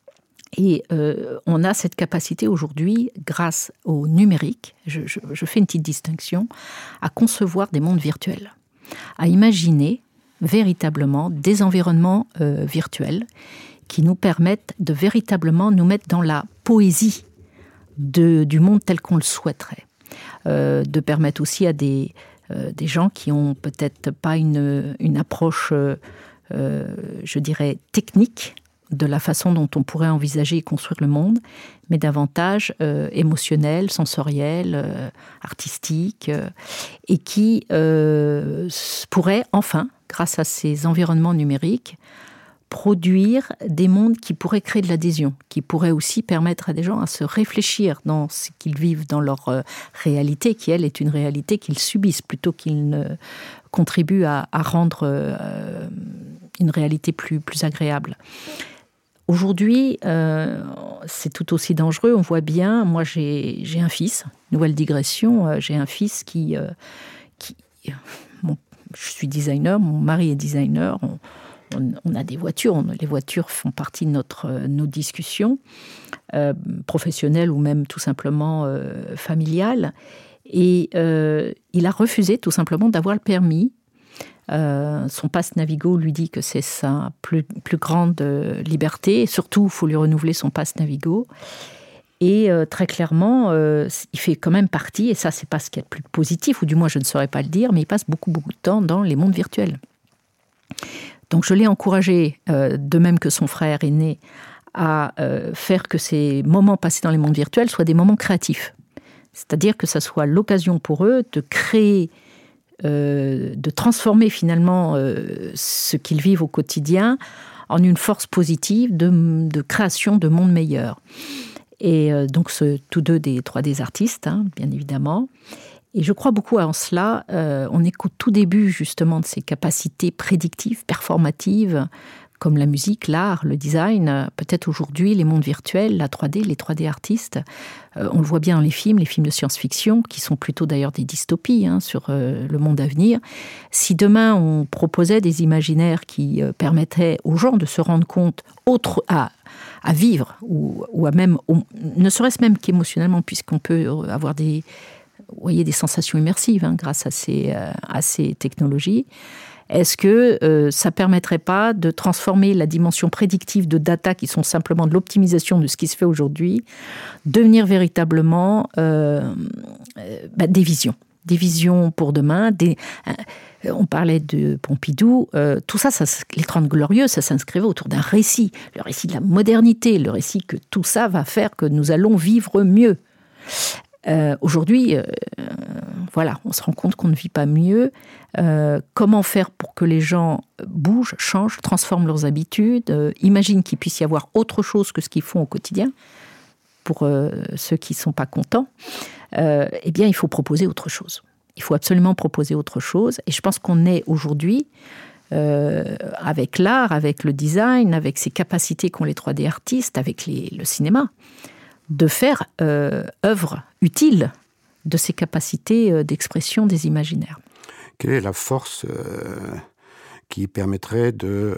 Et euh, on a cette capacité aujourd'hui, grâce au numérique, je, je, je fais une petite distinction, à concevoir des mondes virtuels, à imaginer véritablement des environnements euh, virtuels qui nous permettent de véritablement nous mettre dans la poésie de, du monde tel qu'on le souhaiterait. Euh, de permettre aussi à des, euh, des gens qui n'ont peut-être pas une, une approche, euh, euh, je dirais, technique, de la façon dont on pourrait envisager et construire le monde, mais davantage euh, émotionnel, sensoriel, euh, artistique, euh, et qui euh, pourrait enfin, grâce à ces environnements numériques, produire des mondes qui pourraient créer de l'adhésion, qui pourraient aussi permettre à des gens à se réfléchir dans ce qu'ils vivent dans leur euh, réalité, qui, elle, est une réalité qu'ils subissent, plutôt qu'ils ne contribuent à, à rendre euh, une réalité plus, plus agréable. Aujourd'hui, euh, c'est tout aussi dangereux. On voit bien, moi j'ai, j'ai un fils, nouvelle digression, euh, j'ai un fils qui... Euh, qui bon, je suis designer, mon mari est designer, on, on, on a des voitures, on, les voitures font partie de notre, euh, nos discussions, euh, professionnelles ou même tout simplement euh, familiales. Et euh, il a refusé tout simplement d'avoir le permis. Euh, son pass Navigo lui dit que c'est sa plus, plus grande euh, liberté. Et surtout, il faut lui renouveler son pass Navigo. Et euh, très clairement, euh, il fait quand même partie, et ça, c'est pas ce qu'il y a de plus positif, ou du moins, je ne saurais pas le dire, mais il passe beaucoup, beaucoup de temps dans les mondes virtuels. Donc, je l'ai encouragé, euh, de même que son frère aîné, à euh, faire que ces moments passés dans les mondes virtuels soient des moments créatifs. C'est-à-dire que ça soit l'occasion pour eux de créer Euh, de transformer finalement euh, ce qu'ils vivent au quotidien en une force positive de, de création de mondes meilleurs. Et euh, donc, ce, tous deux des trois D artistes, hein, bien évidemment. Et je crois beaucoup en cela. Euh, on est qu'au tout début, justement, de ces capacités prédictives, performatives, comme la musique, l'art, le design. Peut-être aujourd'hui, les mondes virtuels, la trois D, les trois D artistes, euh, on le voit bien dans les films, les films de science-fiction, qui sont plutôt d'ailleurs des dystopies hein, sur euh, le monde à venir. Si demain, on proposait des imaginaires qui euh, permettraient aux gens de se rendre compte autre, à, à vivre, ou, ou à même, au, ne serait-ce même qu'émotionnellement, puisqu'on peut avoir des, vous voyez, des sensations immersives hein, grâce à ces, euh, à ces technologies, est-ce que euh, ça ne permettrait pas de transformer la dimension prédictive de data, qui sont simplement de l'optimisation de ce qui se fait aujourd'hui, devenir véritablement euh, euh, bah, des visions Des visions pour demain. Des, euh, on parlait de Pompidou. Euh, tout ça, ça, les Trente Glorieuses, ça s'inscrivait autour d'un récit. Le récit de la modernité, le récit que tout ça va faire que nous allons vivre mieux. Euh, aujourd'hui, euh, voilà, on se rend compte qu'on ne vit pas mieux. Euh, comment faire pour que les gens bougent, changent, transforment leurs habitudes, euh, imaginent qu'il puisse y avoir autre chose que ce qu'ils font au quotidien, pour euh, ceux qui ne sont pas contents, euh, eh bien, il faut proposer autre chose. Il faut absolument proposer autre chose. Et je pense qu'on est aujourd'hui, euh, avec l'art, avec le design, avec ces capacités qu'ont les trois D artistes, avec les, le cinéma, de faire euh, œuvre utile de ces capacités euh, d'expression des imaginaires. Quelle est la force euh, qui permettrait de, euh,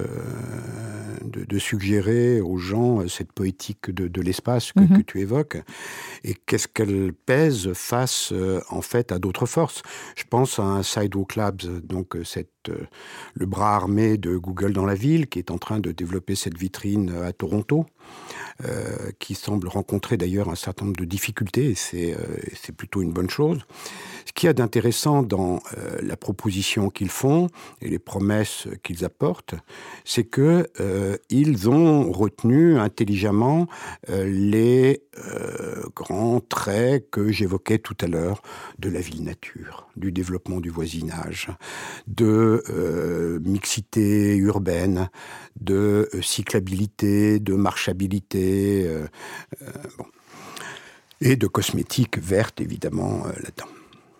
de, de suggérer aux gens cette poétique de, de l'espace que, mm-hmm. que tu évoques, et qu'est-ce qu'elle pèse face euh, en fait à d'autres forces? Je pense à un Sidewalk Labs, donc cette le bras armé de Google dans la ville, qui est en train de développer cette vitrine à Toronto, euh, qui semble rencontrer d'ailleurs un certain nombre de difficultés, et c'est, euh, c'est plutôt une bonne chose. Ce qu'il y a d'intéressant dans euh, la proposition qu'ils font et les promesses qu'ils apportent, c'est que euh, ils ont retenu intelligemment euh, les euh, grands traits que j'évoquais tout à l'heure de la ville-nature, du développement du voisinage, de euh, mixité urbaine, de euh, cyclabilité, de marchabilité. Euh, euh, bon. et de cosmétiques vertes, évidemment, euh, là-dedans.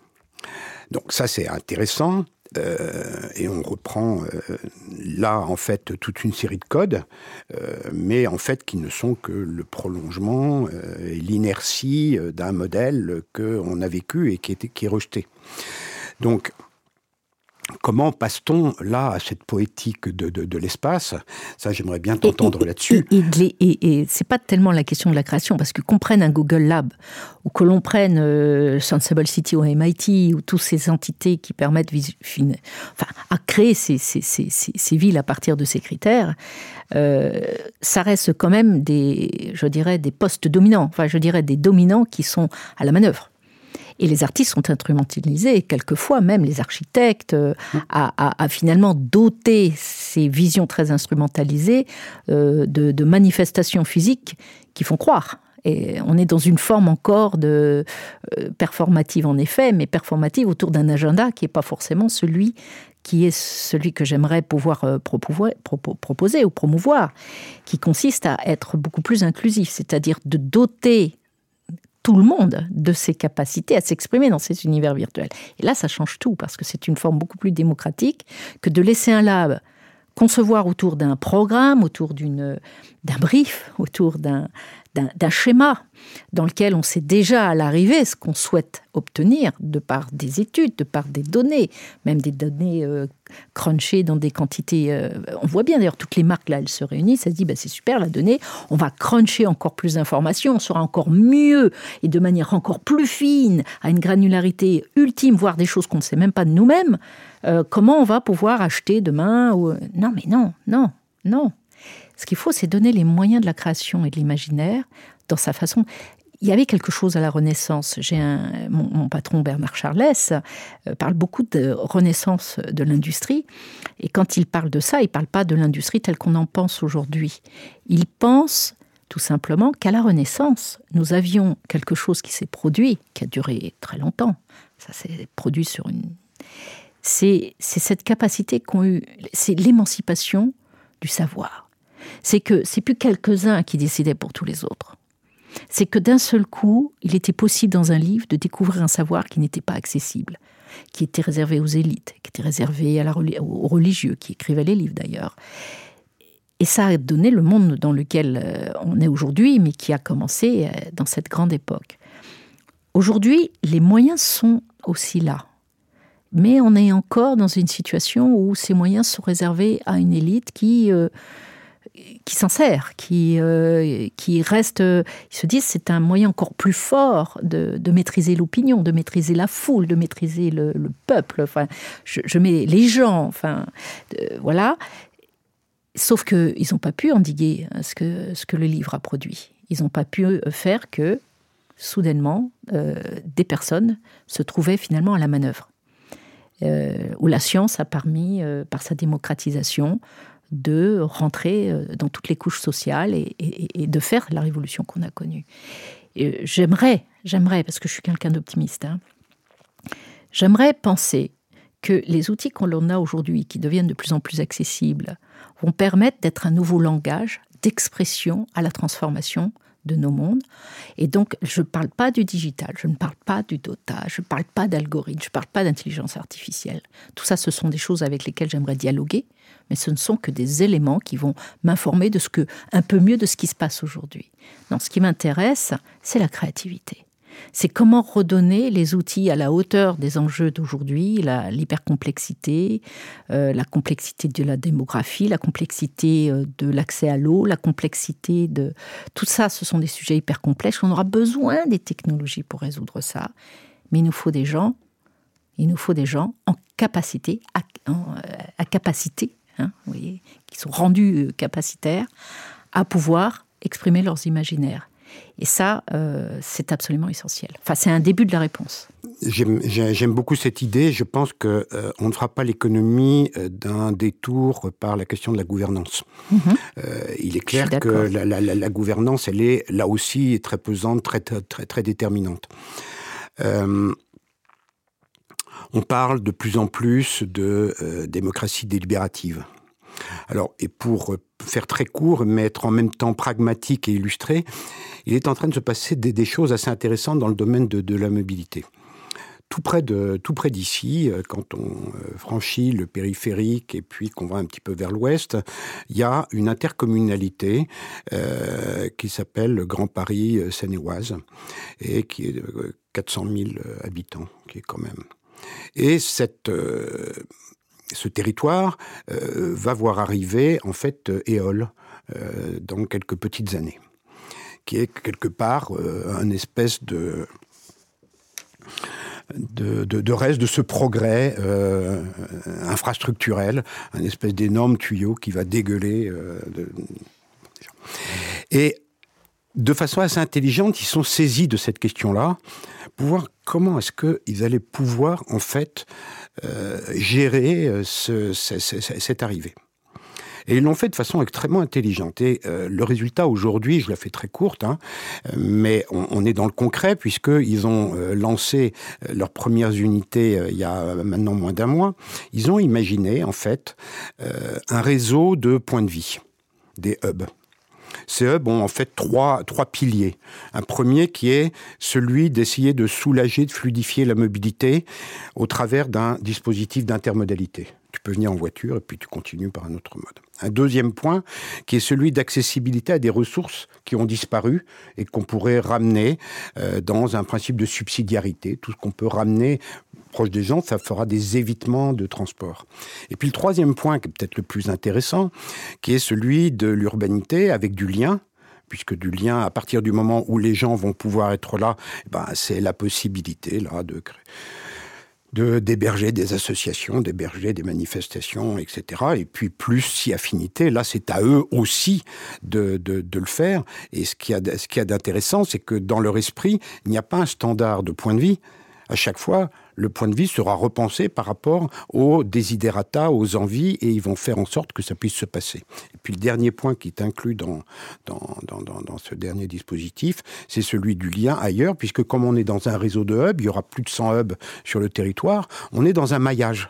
Donc ça, c'est intéressant. Euh, et on reprend euh, là, en fait, toute une série de codes, euh, mais en fait, qui ne sont que le prolongement euh, et l'inertie d'un modèle qu'on a vécu et qui, était, qui est rejeté. Donc, comment passe-t-on là à cette poétique de, de, de l'espace ? Ça, j'aimerais bien t'entendre et, et, là-dessus. Et, et, et, et c'est pas tellement la question de la création, parce que qu'on prenne un Google Lab, ou que l'on prenne euh, Sensible City au M I T, ou toutes ces entités qui permettent enfin, à créer ces, ces, ces, ces, ces villes à partir de ces critères, euh, ça reste quand même des, je dirais, des postes dominants, enfin, je dirais des dominants qui sont à la manœuvre. Et les artistes sont instrumentalisés, et quelquefois même les architectes, euh, à, à, à finalement doter ces visions très instrumentalisées euh, de, de manifestations physiques qui font croire. Et on est dans une forme encore de euh, performative en effet, mais performative autour d'un agenda qui n'est pas forcément celui qui est celui que j'aimerais pouvoir euh, proposer, proposer ou promouvoir, qui consiste à être beaucoup plus inclusif, c'est-à-dire de doter tout le monde de ses capacités à s'exprimer dans ces univers virtuels. Et là, ça change tout, parce que c'est une forme beaucoup plus démocratique que de laisser un lab concevoir autour d'un programme, autour d'une, d'un brief, autour d'un, d'un, d'un schéma dans lequel on sait déjà à l'arrivée ce qu'on souhaite obtenir de par des études, de par des données, même des données euh, crunchées dans des quantités... Euh, on voit bien d'ailleurs toutes les marques là, elles se réunissent, elles se disent bah, c'est super la donnée, on va cruncher encore plus d'informations, on sera encore mieux et de manière encore plus fine, à une granularité ultime, voire des choses qu'on ne sait même pas de nous-mêmes. Euh, comment on va pouvoir acheter demain ou... Non, mais non, non, non. Ce qu'il faut, c'est donner les moyens de la création et de l'imaginaire dans sa façon. Il y avait quelque chose à la Renaissance. J'ai un, mon, mon patron Bernard Charlès euh, parle beaucoup de renaissance de l'industrie. Et quand il parle de ça, il ne parle pas de l'industrie telle qu'on en pense aujourd'hui. Il pense tout simplement qu'à la Renaissance, nous avions quelque chose qui s'est produit, qui a duré très longtemps. Ça s'est produit sur une... C'est, c'est cette capacité qu'ont eu... C'est l'émancipation du savoir. C'est que c'est plus quelques-uns qui décidaient pour tous les autres. C'est que d'un seul coup, il était possible dans un livre de découvrir un savoir qui n'était pas accessible, qui était réservé aux élites, qui était réservé à la, aux religieux, qui écrivaient les livres d'ailleurs. Et ça a donné le monde dans lequel on est aujourd'hui, mais qui a commencé dans cette grande époque. Aujourd'hui, les moyens sont aussi là. Mais on est encore dans une situation où ces moyens sont réservés à une élite qui... Euh, qui s'en sert, qui, euh, qui reste... Ils se disent c'est un moyen encore plus fort de, de maîtriser l'opinion, de maîtriser la foule, de maîtriser le, le peuple. Enfin, je, je mets les gens, enfin, euh, voilà. Sauf qu'ils n'ont pas pu endiguer ce que, ce que le livre a produit. Ils n'ont pas pu faire que, soudainement, euh, des personnes se trouvaient finalement à la manœuvre. Euh, où la science a permis, euh, par sa démocratisation, de rentrer dans toutes les couches sociales et, et, et de faire la révolution qu'on a connue. Et j'aimerais, j'aimerais, parce que je suis quelqu'un d'optimiste, hein, j'aimerais penser que les outils qu'on a aujourd'hui, qui deviennent de plus en plus accessibles, vont permettre d'être un nouveau langage d'expression à la transformation de nos mondes. Et donc, je ne parle pas du digital, je ne parle pas du dotage, je ne parle pas d'algorithme, je ne parle pas d'intelligence artificielle. Tout ça, ce sont des choses avec lesquelles j'aimerais dialoguer, mais ce ne sont que des éléments qui vont m'informer de ce que, un peu mieux de ce qui se passe aujourd'hui. Non, ce qui m'intéresse, c'est la créativité. C'est comment redonner les outils à la hauteur des enjeux d'aujourd'hui, la, l'hypercomplexité, euh, la complexité de la démographie, la complexité euh, de l'accès à l'eau, la complexité de... Tout ça, ce sont des sujets hyper complexes. On aura besoin des technologies pour résoudre ça. Mais il nous faut des gens, il nous faut des gens en capacité, à, en, à capacité, hein, vous voyez, qui sont rendus capacitaires à pouvoir exprimer leurs imaginaires. Et ça, euh, c'est absolument essentiel. Enfin, c'est un début de la réponse. J'aime, j'aime beaucoup cette idée. Je pense qu'on euh, ne fera pas l'économie d'un détour par la question de la gouvernance. Mmh. Euh, il est clair que la, la, la, la gouvernance, elle est là aussi très pesante, très, très, très, très déterminante. Euh, on parle de plus en plus de euh, démocratie délibérative. Alors, et pour faire très court, mais être en même temps pragmatique et illustré, il est en train de se passer des, des choses assez intéressantes dans le domaine de, de la mobilité. Tout près, de, tout près d'ici, quand on franchit le périphérique et puis qu'on va un petit peu vers l'ouest, il y a une intercommunalité euh, qui s'appelle le Grand Paris Seine-et-Oise et qui est de quatre cent mille habitants, qui est quand même... Et cette... Euh, Ce territoire euh, va voir arriver, en fait, Éole euh, dans quelques petites années, qui est quelque part euh, un espèce de, de, de, de reste de ce progrès euh, infrastructurel, un espèce d'énorme tuyau qui va dégueuler. Euh, de... Et de façon assez intelligente, ils sont saisis de cette question-là pour voir comment est-ce qu'ils allaient pouvoir, en fait, euh, gérer ce, ce, ce, cette arrivée. Et ils l'ont fait de façon extrêmement intelligente. Et euh, le résultat aujourd'hui, je la fais très courte, hein, mais on, on est dans le concret, puisqu'ils ont euh, lancé leurs premières unités euh, il y a maintenant moins d'un mois. Ils ont imaginé, en fait, euh, un réseau de points de vie, des hubs. Ces hubs ont en fait trois, trois piliers. Un premier qui est celui d'essayer de soulager, de fluidifier la mobilité au travers d'un dispositif d'intermodalité. Tu peux venir en voiture et puis tu continues par un autre mode. Un deuxième point qui est celui d'accessibilité à des ressources qui ont disparu et qu'on pourrait ramener euh, dans un principe de subsidiarité. Tout ce qu'on peut ramener proche des gens, ça fera des évitements de transport. Et puis le troisième point, qui est peut-être le plus intéressant, qui est celui de l'urbanité avec du lien, puisque du lien, à partir du moment où les gens vont pouvoir être là, ben, c'est la possibilité là, de créer... De, d'héberger des associations, d'héberger des manifestations, et cetera. Et puis plus si affinité, là c'est à eux aussi de, de, de le faire. Et ce qu'il y a, ce qu'il y a d'intéressant, c'est que dans leur esprit, il n'y a pas un standard de point de vie. À chaque fois, le point de vie sera repensé par rapport aux desiderata, aux envies, et ils vont faire en sorte que ça puisse se passer. Et puis le dernier point qui est inclus dans, dans, dans, dans, dans ce dernier dispositif, c'est celui du lien ailleurs, puisque comme on est dans un réseau de hubs, il y aura plus de cent hubs sur le territoire, on est dans un maillage.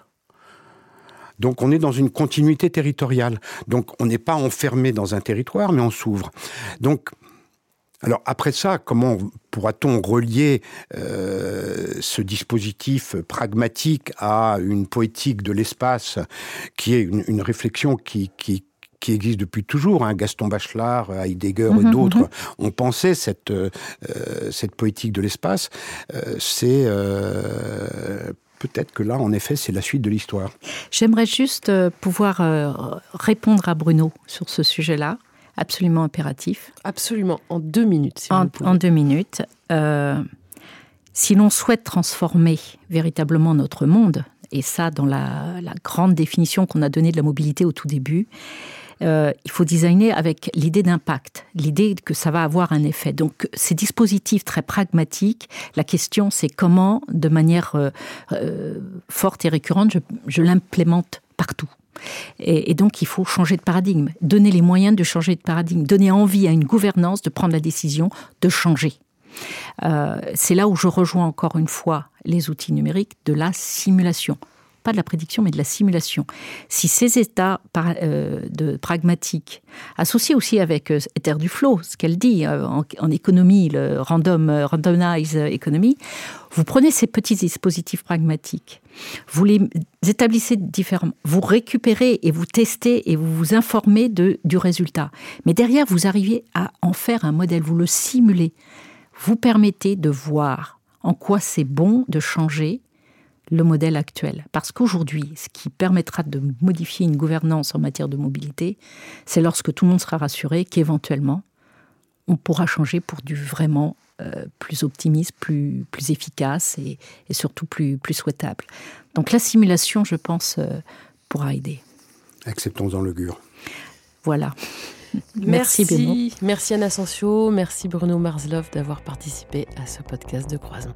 Donc on est dans une continuité territoriale. Donc on n'est pas enfermé dans un territoire, mais on s'ouvre. Donc... Alors après ça, comment pourra-t-on relier euh, ce dispositif pragmatique à une poétique de l'espace qui est une, une réflexion qui, qui, qui existe depuis toujours, hein. Gaston Bachelard, Heidegger mmh, et d'autres mmh. ont pensé cette, euh, cette poétique de l'espace. Euh, c'est... Euh, Peut-être que là, en effet, c'est la suite de l'histoire. J'aimerais juste pouvoir euh, répondre à Bruno sur ce sujet-là. Absolument impératif. Absolument, en deux minutes. Si en, vous pouvez. en deux minutes. Euh, si l'on souhaite transformer véritablement notre monde, et ça dans la, la grande définition qu'on a donnée de la mobilité au tout début, euh, il faut designer avec l'idée d'impact, l'idée que ça va avoir un effet. Donc ces dispositifs très pragmatiques, la question c'est comment, de manière euh, euh, forte et récurrente, je, je l'implémente partout. Et, et donc, il faut changer de paradigme, donner les moyens de changer de paradigme, donner envie à une gouvernance de prendre la décision de changer. Euh, c'est là où je rejoins encore une fois les outils numériques de la simulation. Pas de la prédiction, mais de la simulation. Si ces états par, euh, de pragmatiques, associés aussi avec euh, Ether Duflo, ce qu'elle dit euh, en, en économie, le random, euh, randomized economy, vous prenez ces petits dispositifs pragmatiques, vous les établissez différemment, vous récupérez et vous testez et vous vous informez de, du résultat. Mais derrière, vous arrivez à en faire un modèle, vous le simulez. Vous permettez de voir en quoi c'est bon de changer le modèle actuel. Parce qu'aujourd'hui, ce qui permettra de modifier une gouvernance en matière de mobilité, c'est lorsque tout le monde sera rassuré qu'éventuellement, on pourra changer pour du vraiment euh, plus optimiste, plus, plus efficace et, et surtout plus, plus souhaitable. Donc la simulation, je pense, euh, pourra aider. Acceptons-en l'augure. Voilà. Merci, merci Bruno. Merci Anne Asensio, merci Bruno Marzlov d'avoir participé à ce podcast de Croisement.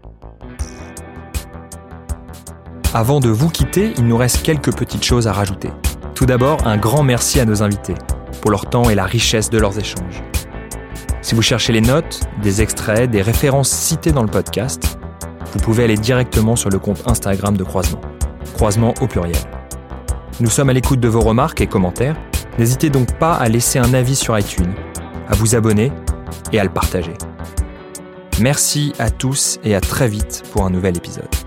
Avant de vous quitter, il nous reste quelques petites choses à rajouter. Tout d'abord, un grand merci à nos invités pour leur temps et la richesse de leurs échanges. Si vous cherchez les notes, des extraits, des références citées dans le podcast, vous pouvez aller directement sur le compte Instagram de Croisement. Croisement au pluriel. Nous sommes à l'écoute de vos remarques et commentaires. N'hésitez donc pas à laisser un avis sur iTunes, à vous abonner et à le partager. Merci à tous et à très vite pour un nouvel épisode.